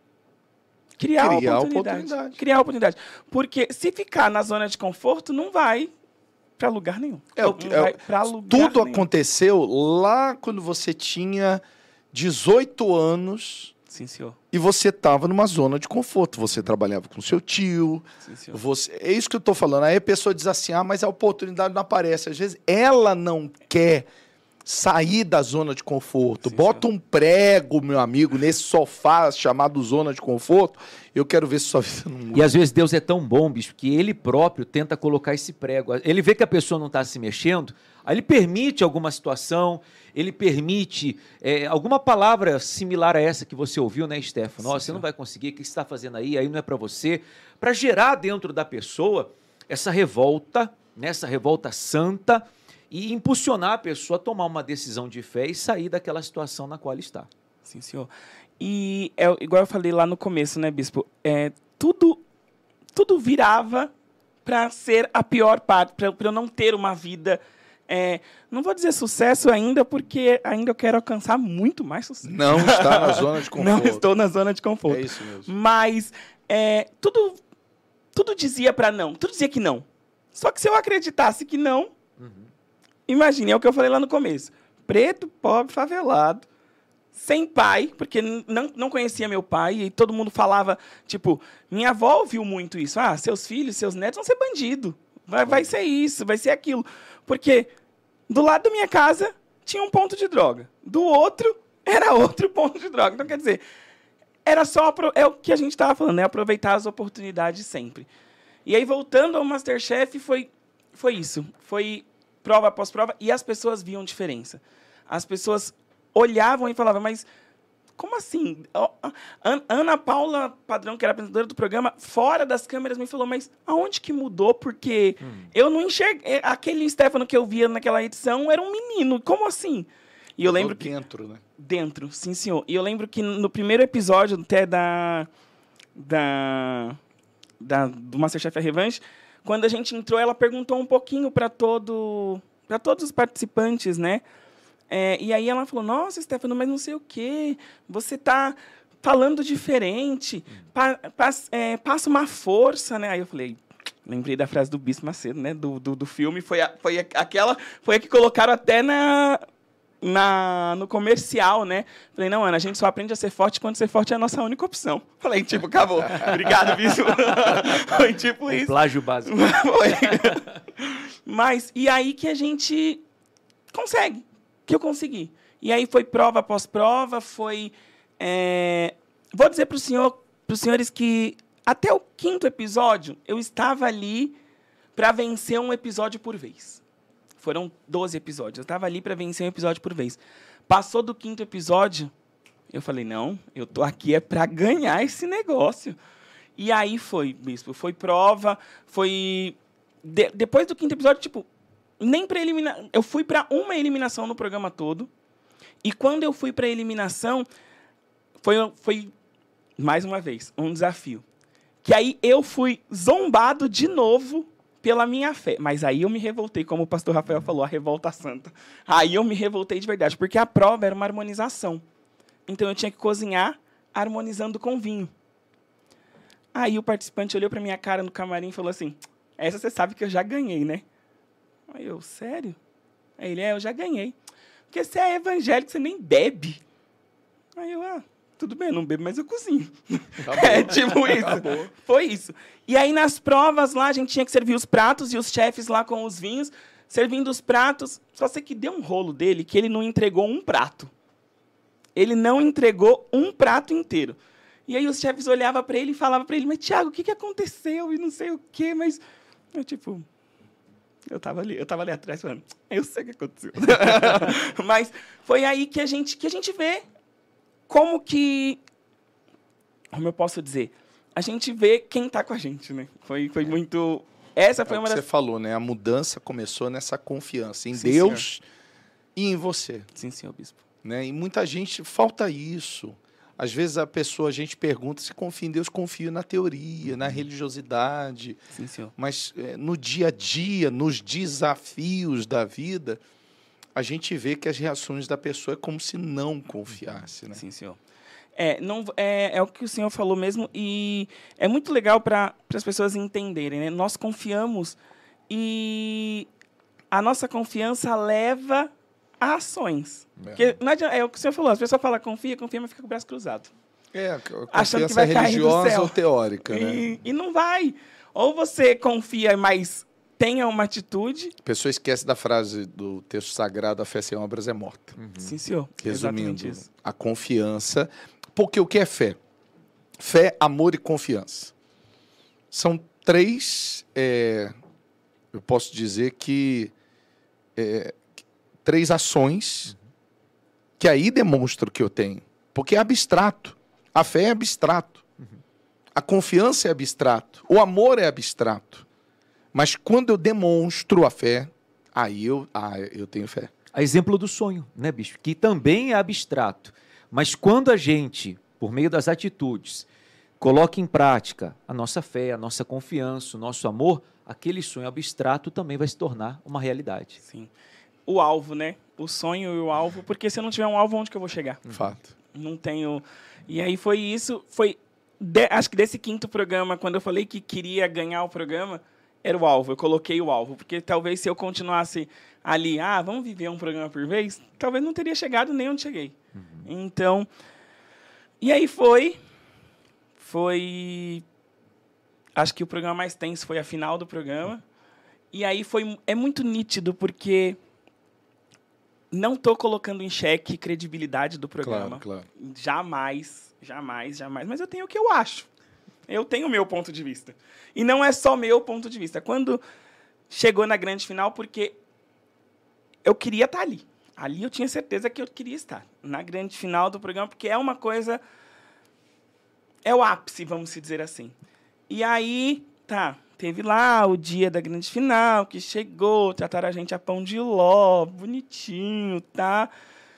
Criar Criar a oportunidade. oportunidade. Criar a oportunidade. Porque se ficar na zona de conforto, não vai para lugar nenhum. É, não é, vai pra lugar tudo nenhum. aconteceu lá quando você tinha dezoito anos. Sim, senhor. E você estava numa zona de conforto. Você trabalhava com seu tio. Sim, senhor. Você... É isso que eu estou falando. Aí a pessoa diz assim, ah, mas a oportunidade não aparece. Às vezes ela não quer sair da zona de conforto. Sim, Bota senhor. um prego, meu amigo, nesse sofá chamado zona de conforto. Eu quero ver se sua vida não muda. E às vezes Deus é tão bom, bispo, que ele próprio tenta colocar esse prego. Ele vê que a pessoa não está se mexendo, aí ele permite alguma situação, ele permite é, alguma palavra similar a essa que você ouviu, né, Stefano? Nossa, você não vai conseguir, o que você está fazendo aí? Aí não é para você. Para gerar dentro da pessoa essa revolta, né, essa revolta santa, e impulsionar a pessoa a tomar uma decisão de fé e sair daquela situação na qual está. Sim, senhor. E é igual eu falei lá no começo, né, bispo? É, tudo, tudo virava para ser a pior parte, para eu não ter uma vida... É, não vou dizer sucesso ainda, porque ainda eu quero alcançar muito mais sucesso. Não está na zona de conforto. Não estou na zona de conforto. É isso mesmo. Mas é, tudo, tudo dizia para não. Tudo dizia que não. Só que se eu acreditasse que não... Uhum. Imagine, é o que eu falei lá no começo. Preto, pobre, favelado, sem pai, porque não, não conhecia meu pai, e todo mundo falava, tipo, minha avó ouviu muito isso. Ah, seus filhos, seus netos vão ser bandido. Vai, vai ser isso, vai ser aquilo. Porque do lado da minha casa tinha um ponto de droga. Do outro, era outro ponto de droga. Então, quer dizer, era só... É o que a gente estava falando, né? Aproveitar as oportunidades sempre. E aí, voltando ao MasterChef, foi, foi isso. Foi... prova após prova, e as pessoas viam diferença. As pessoas olhavam e falavam, mas como assim? Ana Paula Padrão, que era apresentadora do programa, fora das câmeras, me falou, mas aonde que mudou? Porque hum. eu não enxerguei... Aquele Stefano que eu via naquela edição era um menino. Como assim? E eu lembro que... Dentro, né? Dentro, sim, senhor. E eu lembro que no primeiro episódio até da... da, da do MasterChef A Revanche, quando a gente entrou, ela perguntou um pouquinho para todo, para todos os participantes, né? É, e aí ela falou, nossa, Stefano, mas não sei o quê, você está falando diferente, pa, pa, é, passa uma força, né? Aí eu falei, lembrei da frase do Bispo Macedo, né? Do, do, do filme, foi, a, foi a, aquela, foi a que colocaram até na... Na, no comercial, né? Falei, não, Ana, a gente só aprende a ser forte quando ser forte é a nossa única opção. Falei, tipo, acabou. Obrigado, Bispo. Foi tipo um isso. Plágio básico. Foi. Mas, e aí que a gente consegue, que eu consegui. E aí foi prova após prova, foi... É... Vou dizer para o senhor, para os senhores que até o quinto episódio, eu estava ali para vencer um episódio por vez. Foram doze episódios. Eu estava ali para vencer um episódio por vez. Passou do quinto episódio, eu falei, não, eu tô aqui é para ganhar esse negócio. E aí foi, Bispo, foi prova, foi... De, depois do quinto episódio, tipo, nem para eliminar... Eu fui para uma eliminação no programa todo. E quando eu fui para a eliminação, foi, foi, mais uma vez, um desafio. Que aí eu fui zombado de novo pela minha fé. Mas aí eu me revoltei, como o pastor Rafael falou, a revolta santa. Aí eu me revoltei de verdade, porque a prova era uma harmonização. Então eu tinha que cozinhar harmonizando com vinho. Aí o participante olhou para minha cara no camarim e falou assim, essa você sabe que eu já ganhei, né? Aí eu, sério? Aí ele, é, eu já ganhei. Porque você é evangélico, você nem bebe. Aí eu, ah, tudo bem, eu não bebo, mas eu cozinho. Acabou. É tipo isso. Acabou. Foi isso. E aí nas provas lá, a gente tinha que servir os pratos e os chefes lá com os vinhos, servindo os pratos. Só sei que deu um rolo dele que ele não entregou um prato. Ele não entregou um prato inteiro. E aí os chefes olhavam para ele e falavam para ele, mas, Thiago, o que, que aconteceu? E não sei o quê, mas... Eu, tipo... Eu tava ali, eu tava ali atrás falando, eu sei o que aconteceu. Mas foi aí que a gente, que a gente vê como que... Como eu posso dizer? A gente vê quem está com a gente, né? Foi, foi muito... Essa foi é uma o que das... você falou, né? A mudança começou nessa confiança em Sim, Deus e em você. Sim, senhor bispo. Né? E muita gente falta isso. Às vezes a pessoa, a gente pergunta se confia em Deus, confia na teoria, na religiosidade. Sim, senhor. Mas é, no dia a dia, nos desafios da vida, a gente vê que as reações da pessoa é como se não confiasse. Né? Sim, senhor. É, não, é, é o que o senhor falou mesmo, e é muito legal para as pessoas entenderem, né? Nós confiamos e a nossa confiança leva a ações. É. Porque não adianta, é o que o senhor falou, as pessoas falam confia, confia, mas fica com o braço cruzado. É, a Achando que confiança vai é cair do religiosa céu. ou teórica. Né? E, e não vai. Ou você confia, mas tenha uma atitude. A pessoa esquece da frase do texto sagrado, a fé sem obras é morta. Uhum. Sim, senhor. Resumindo, Exatamente isso. a confiança. Porque o que é fé? Fé, amor e confiança. São três, é, eu posso dizer que, é, três ações que aí demonstram que eu tenho. Porque é abstrato. A fé é abstrato. A confiança é abstrato. O amor é abstrato. Mas quando eu demonstro a fé, aí eu, ah, eu tenho fé. A exemplo do sonho, né, bispo? Que também é abstrato. Mas quando a gente, por meio das atitudes, coloca em prática a nossa fé, a nossa confiança, o nosso amor, aquele sonho abstrato também vai se tornar uma realidade. Sim. O alvo, né? O sonho e o alvo, porque se eu não tiver um alvo, onde que eu vou chegar? Fato. Não tenho... E aí foi isso, foi... De... Acho que desse quinto programa, quando eu falei que queria ganhar o programa, era o alvo, eu coloquei o alvo, porque talvez se eu continuasse ali, ah, vamos viver um programa por vez, talvez não teria chegado nem onde cheguei. Uhum. Então, e aí foi, foi, acho que o programa mais tenso foi a final do programa, e aí foi, é muito nítido, porque não estou colocando em xeque a credibilidade do programa, Claro, claro. jamais, jamais, jamais, mas eu tenho o que eu acho. Eu tenho o meu ponto de vista. E não é só meu ponto de vista. Quando chegou na grande final, porque eu queria estar ali. Ali eu tinha certeza que eu queria estar. Na grande final do programa, porque é uma coisa... É o ápice, vamos dizer assim. E aí, tá, teve lá o dia da grande final, que chegou, trataram a gente a pão de ló, bonitinho, tá?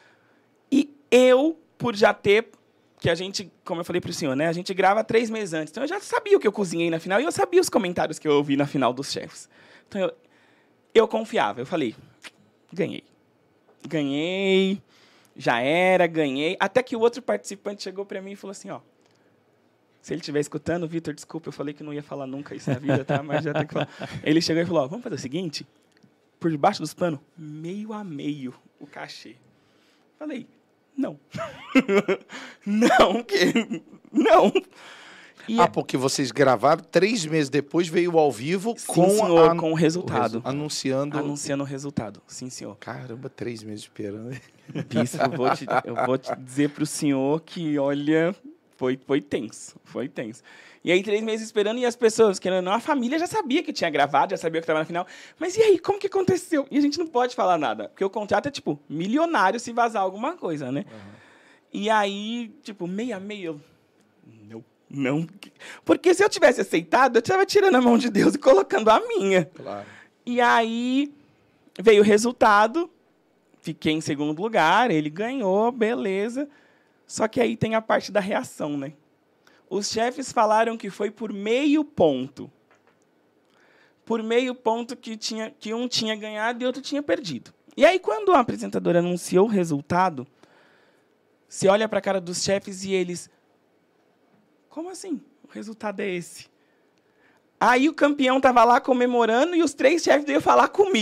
E eu, por já ter... que a gente, como eu falei para o senhor, né, a gente grava três meses antes. Então, eu já sabia o que eu cozinhei na final e eu sabia os comentários que eu ouvi na final dos chefes. Então, eu, eu confiava. Eu falei, ganhei. Ganhei, já era, ganhei. Até que o outro participante chegou para mim e falou assim, ó, se ele estiver escutando, Vitor, desculpa, eu falei que não ia falar nunca isso na vida, tá? Mas já tem que falar. Ele chegou e falou, ó, vamos fazer o seguinte, por debaixo dos panos, meio a meio o cachê. Falei, não. não, que... Não. E ah, porque vocês gravaram, três meses depois veio ao vivo sim, com, senhor, a... com o resultado. o resu... Anunciando... Anunciando o resultado, sim, senhor. Caramba, três meses esperando. Bispo, eu vou te, eu vou te dizer para o senhor que, olha, foi, foi tenso, foi tenso. E aí, três meses esperando, e as pessoas, querendo ou não, a família já sabia que tinha gravado, já sabia que estava na final. Mas e aí, como que aconteceu? E a gente não pode falar nada, porque o contrato é, tipo, milionário se vazar alguma coisa, né? Uhum. E aí, tipo, meio a meio, não, não. Porque se eu tivesse aceitado, eu estava tirando a mão de Deus e colocando a minha. Claro. E aí, veio o resultado, fiquei em segundo lugar, ele ganhou, beleza. Só que aí tem a parte da reação, né? Os chefes falaram que foi por meio ponto. Por meio ponto que, tinha, que um tinha ganhado e outro tinha perdido. E aí, quando a apresentadora anunciou o resultado, você olha para a cara dos chefes e eles... Como assim? O resultado é esse. Aí o campeão estava lá comemorando e os três chefes iam falar comigo.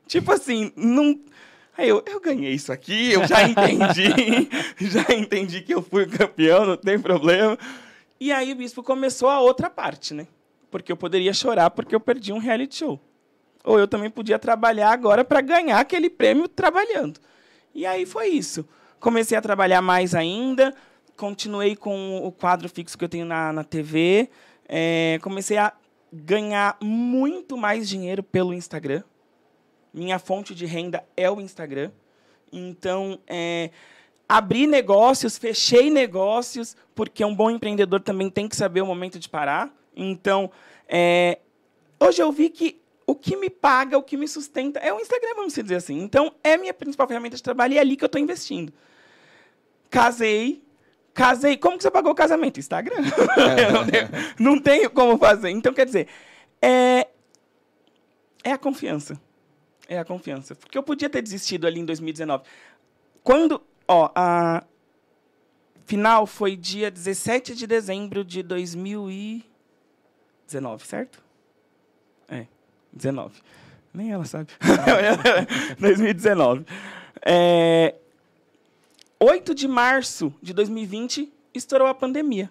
Tipo assim, não... Aí eu, eu ganhei isso aqui, eu já entendi, já entendi que eu fui campeão, não tem problema. E aí o bispo começou a outra parte, né? Porque eu poderia chorar porque eu perdi um reality show. Ou eu também podia trabalhar agora para ganhar aquele prêmio trabalhando. E aí foi isso. Comecei a trabalhar mais ainda, continuei com o quadro fixo que eu tenho na, na T V, é, comecei a ganhar muito mais dinheiro pelo Instagram. Minha fonte de renda é o Instagram. Então, é, abri negócios, fechei negócios, porque um bom empreendedor também tem que saber o momento de parar. Então, é, hoje eu vi que o que me paga, o que me sustenta é o Instagram, vamos dizer assim. Então, é minha principal ferramenta de trabalho e é ali que eu estou investindo. Casei. Casei. Como que você pagou o casamento? Instagram. não, tenho, não tenho como fazer. Então, quer dizer, é, é a confiança. É a confiança. Porque eu podia ter desistido ali em dois mil e dezenove. Quando, ó, a final foi dia dezessete de dezembro de dois mil e dezenove, certo? É, dezenove. Nem ela sabe. dois mil e dezenove. É, oito de março de dois mil e vinte, estourou a pandemia.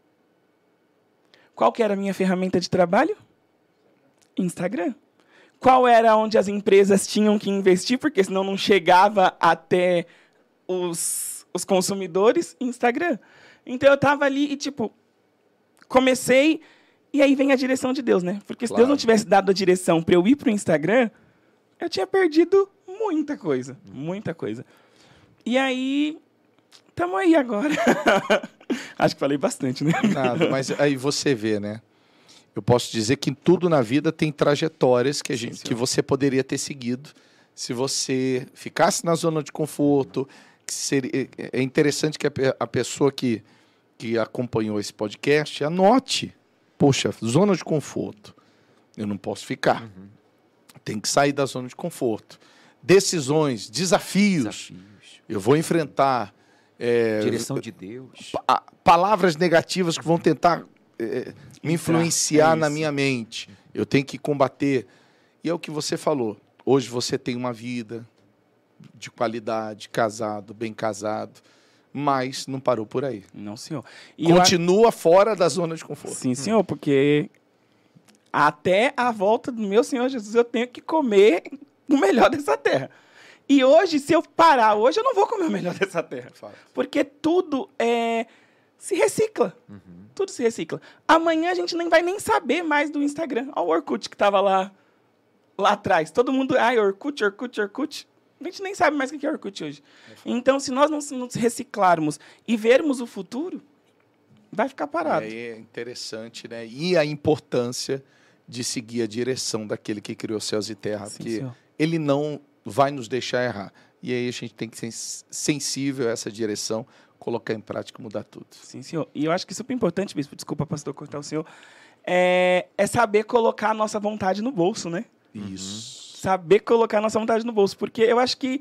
Qual que era a minha ferramenta de trabalho? Instagram. Qual era onde as empresas tinham que investir, porque senão não chegava até os, os consumidores? Instagram. Então, eu estava ali e, tipo, comecei, e aí vem a direção de Deus, né? Porque se Claro. Deus não tivesse dado a direção para eu ir para o Instagram, eu tinha perdido muita coisa, muita coisa. E aí, estamos aí agora. Acho que falei bastante, né? Nada, mas aí você vê, né? Eu posso dizer que em tudo na vida tem trajetórias que, a gente, Sim, que você poderia ter seguido se você ficasse na zona de conforto. Que seria, é interessante que a, a pessoa que, que acompanhou esse podcast anote. Poxa, zona de conforto. Eu não posso ficar. Uhum. Tem que sair da zona de conforto. Decisões, desafios. Desafios. Eu vou enfrentar. É, Direção de Deus. Pa palavras negativas que vão tentar... É, me influenciar é na minha mente. Eu tenho que combater. E é o que você falou. Hoje você tem uma vida de qualidade, casado, bem casado, mas não parou por aí. Não, senhor. E Continua eu... fora da zona de conforto. Sim, senhor, porque até a volta do meu Senhor Jesus eu tenho que comer o melhor dessa terra. E hoje, se eu parar hoje, eu não vou comer o melhor dessa terra. Fato. Porque tudo é... se recicla. Uhum. Tudo se recicla. Amanhã a gente nem vai nem saber mais do Instagram. Olha o Orkut que estava lá, lá atrás. Todo mundo... Ai, Orkut, Orkut, Orkut. A gente nem sabe mais o que é Orkut hoje. É então, se nós não nos reciclarmos e vermos o futuro, vai ficar parado. É interessante, né? E a importância de seguir a direção daquele que criou céus e terra. Sim, porque senhor. Ele não vai nos deixar errar. E aí a gente tem que ser sensível a essa direção, colocar em prática e mudar tudo. Sim, senhor. E eu acho que super importante, bispo, desculpa, pastor, cortar o senhor, é, é saber colocar a nossa vontade no bolso, né? Isso. Uhum. Saber colocar a nossa vontade no bolso, porque eu acho que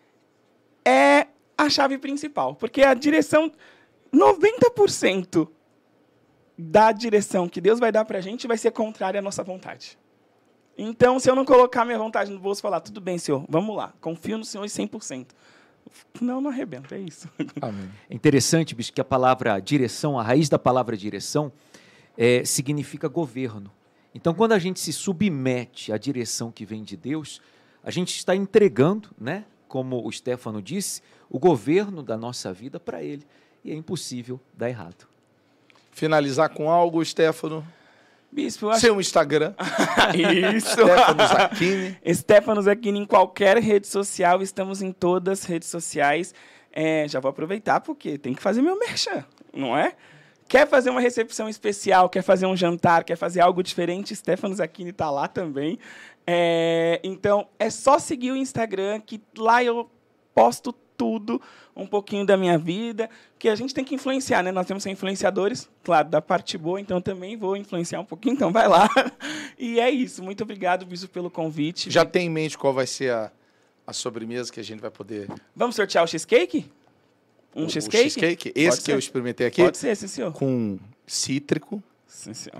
é a chave principal. Porque a direção, noventa por cento da direção que Deus vai dar pra gente vai ser contrária à nossa vontade. Então, se eu não colocar minha vontade no bolso e falar, tudo bem, senhor, vamos lá, confio no senhor em cem por cento. Não, não arrebenta, é isso. Amém. É interessante, bicho, que a palavra direção, a raiz da palavra direção, é, significa governo. Então, quando a gente se submete à direção que vem de Deus, a gente está entregando, né, como o Stefano disse, o governo da nossa vida para Ele. E é impossível dar errado. Finalizar com algo, Stefano? Bispo, eu acho... Seu Instagram. Isso. Stefano Zacchini. Stefano Zacchini em qualquer rede social. Estamos em todas as redes sociais. É, já vou aproveitar porque tem que fazer meu merchan, não é? Quer fazer uma recepção especial, quer fazer um jantar, quer fazer algo diferente, Stefano Zacchini está lá também. É, então, é só seguir o Instagram, que lá eu posto tudo, um pouquinho da minha vida, que a gente tem que influenciar, né? Nós temos que ser influenciadores, claro, da parte boa, então também vou influenciar um pouquinho, então vai lá. E é isso. Muito obrigado, Bispo, pelo convite. Já tem em mente qual vai ser a, a sobremesa que a gente vai poder... Vamos sortear o cheesecake? Um o, cheesecake? O cheesecake? Esse que eu experimentei aqui? Pode ser, sim, senhor. Com cítrico, Sim, sim.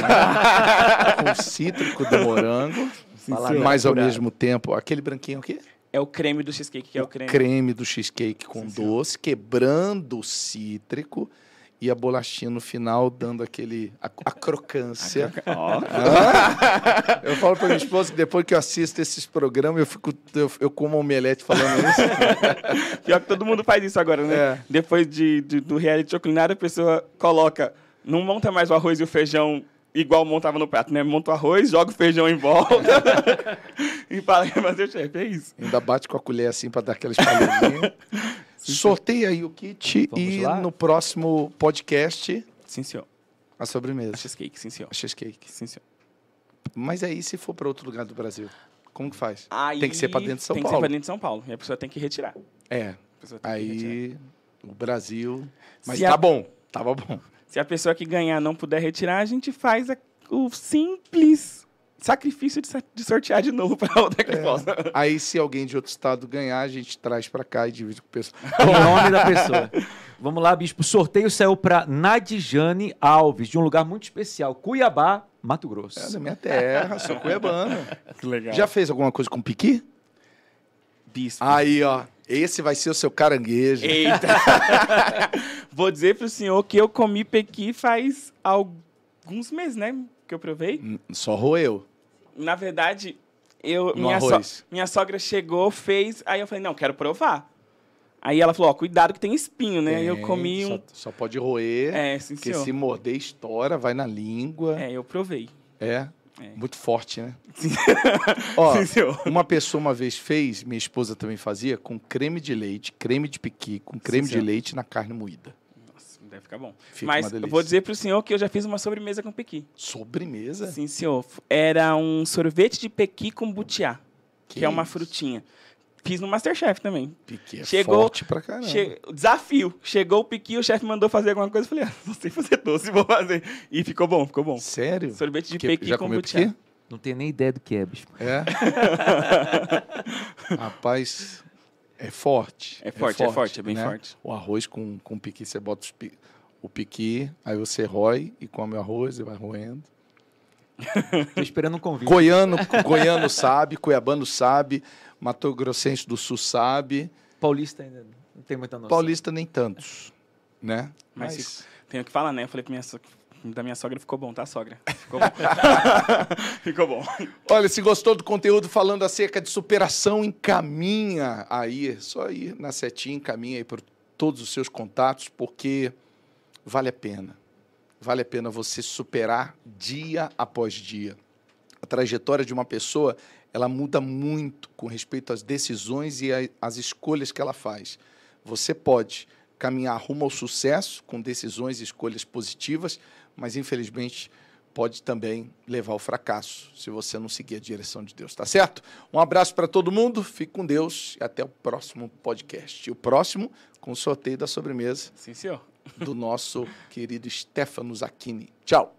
Ah, com cítrico do morango. Sim, Fala senhor. Mas ao Curado. mesmo tempo, aquele branquinho aqui? É o creme do cheesecake, que é o creme. Creme do cheesecake com Sim, senhor. doce, quebrando o cítrico e a bolachinha no final dando aquele a, a crocância. Ó. Ah, eu falo pra minha esposa que depois que eu assisto esses programas, eu fico eu, eu como omelete falando isso. Pior que todo mundo faz isso agora, né? É. Depois de, de- do reality show culinário, a pessoa coloca... Não monta mais o arroz e o feijão igual montava no prato, né? Monta o arroz, joga o feijão em volta e fala que vai fazer o chefe. É isso. Ainda bate com a colher assim pra dar aquela espalhadinha. Sorteia aí o kit Vamos e lá? no próximo podcast Sim, senhor. a sobremesa. A cheesecake, sim, senhor. A cheesecake. Sim, senhor. Mas aí se for para outro lugar do Brasil, como que faz? Aí, Tem que ser para dentro de São tem Paulo. que ser pra dentro de São Paulo. E a pessoa tem que retirar. É. A pessoa tem que retirar. Aí o Brasil. Mas Se tá a- bom. Tava bom. Se a pessoa que ganhar não puder retirar, a gente faz a- o simples sacrifício de, sa- de sortear de novo para outra que possa. Aí se alguém de outro estado ganhar, a gente traz para cá e divide com o pessoal. O nome da pessoa. Vamos lá, Bispo. O sorteio saiu para Nadijane Alves, de um lugar muito especial, Cuiabá, Mato Grosso. É da minha terra, sou cuiabano. Que legal. Já fez alguma coisa com piqui? Bispo. Aí, ó. Esse vai ser o seu caranguejo. Eita! Vou dizer pro senhor que eu comi pequi faz alguns meses, né? Que eu provei. Hum, Só roeu. Na verdade, eu, No minha, arroz. so- minha sogra chegou, fez, aí eu falei, não, quero provar. Aí ela falou, ó, cuidado que tem espinho, né? Aí eu Tem, comi só, um... só pode roer. É, sim, Porque senhor. se morder, estoura, vai na língua. É, eu provei. É. É. Muito forte, né? Sim. Ó, Sim, senhor. uma pessoa uma vez fez, minha esposa também fazia, com creme de leite, creme de piqui, com creme de senhor. leite na carne moída. Nossa, deve ficar bom. Fica Mas uma delícia. eu vou dizer pro senhor que eu já fiz uma sobremesa com pequi. Sobremesa? Sim, senhor. Era um sorvete de pequi com butiá, que, Que é uma isso? frutinha. Fiz no Masterchef também. Piqui é Chegou- forte pra caramba. Che- Desafio. Chegou o pequi, o chefe mandou fazer alguma coisa. Eu falei, ah, não sei fazer doce, vou fazer. E ficou bom, ficou bom. Sério? Sorvete de Que- pequi já com comeu butiá. piqui? Não tenho nem ideia do que é, Bispo. É? Rapaz, é forte. É forte, é forte, é bem né? forte. O arroz com, com piqui, você bota os pi- o piqui, aí você rói e come o arroz e vai roendo. Tô esperando um convite. Goiano, goiano sabe, cuiabano sabe, Mato Grossense do Sul sabe, Paulista ainda não tem muita noção. paulista nem tantos, né? Mas Mas Tenho que falar, né? Eu falei pra minha so... da minha sogra, ficou bom, tá, sogra? Ficou bom. Ficou bom. olha, se gostou do conteúdo falando acerca de superação, encaminha aí, só ir na setinha, encaminha aí por todos os seus contatos, porque vale a pena. Vale a pena você superar dia após dia. A trajetória de uma pessoa, ela muda muito com respeito às decisões e a- às escolhas que ela faz. Você pode caminhar rumo ao sucesso com decisões e escolhas positivas, mas infelizmente pode também levar ao fracasso se você não seguir a direção de Deus, tá certo? Um abraço para todo mundo, fique com Deus e até o próximo podcast. E o próximo com o sorteio da sobremesa Sim, senhor. do nosso querido Stefano Zacchini. Tchau!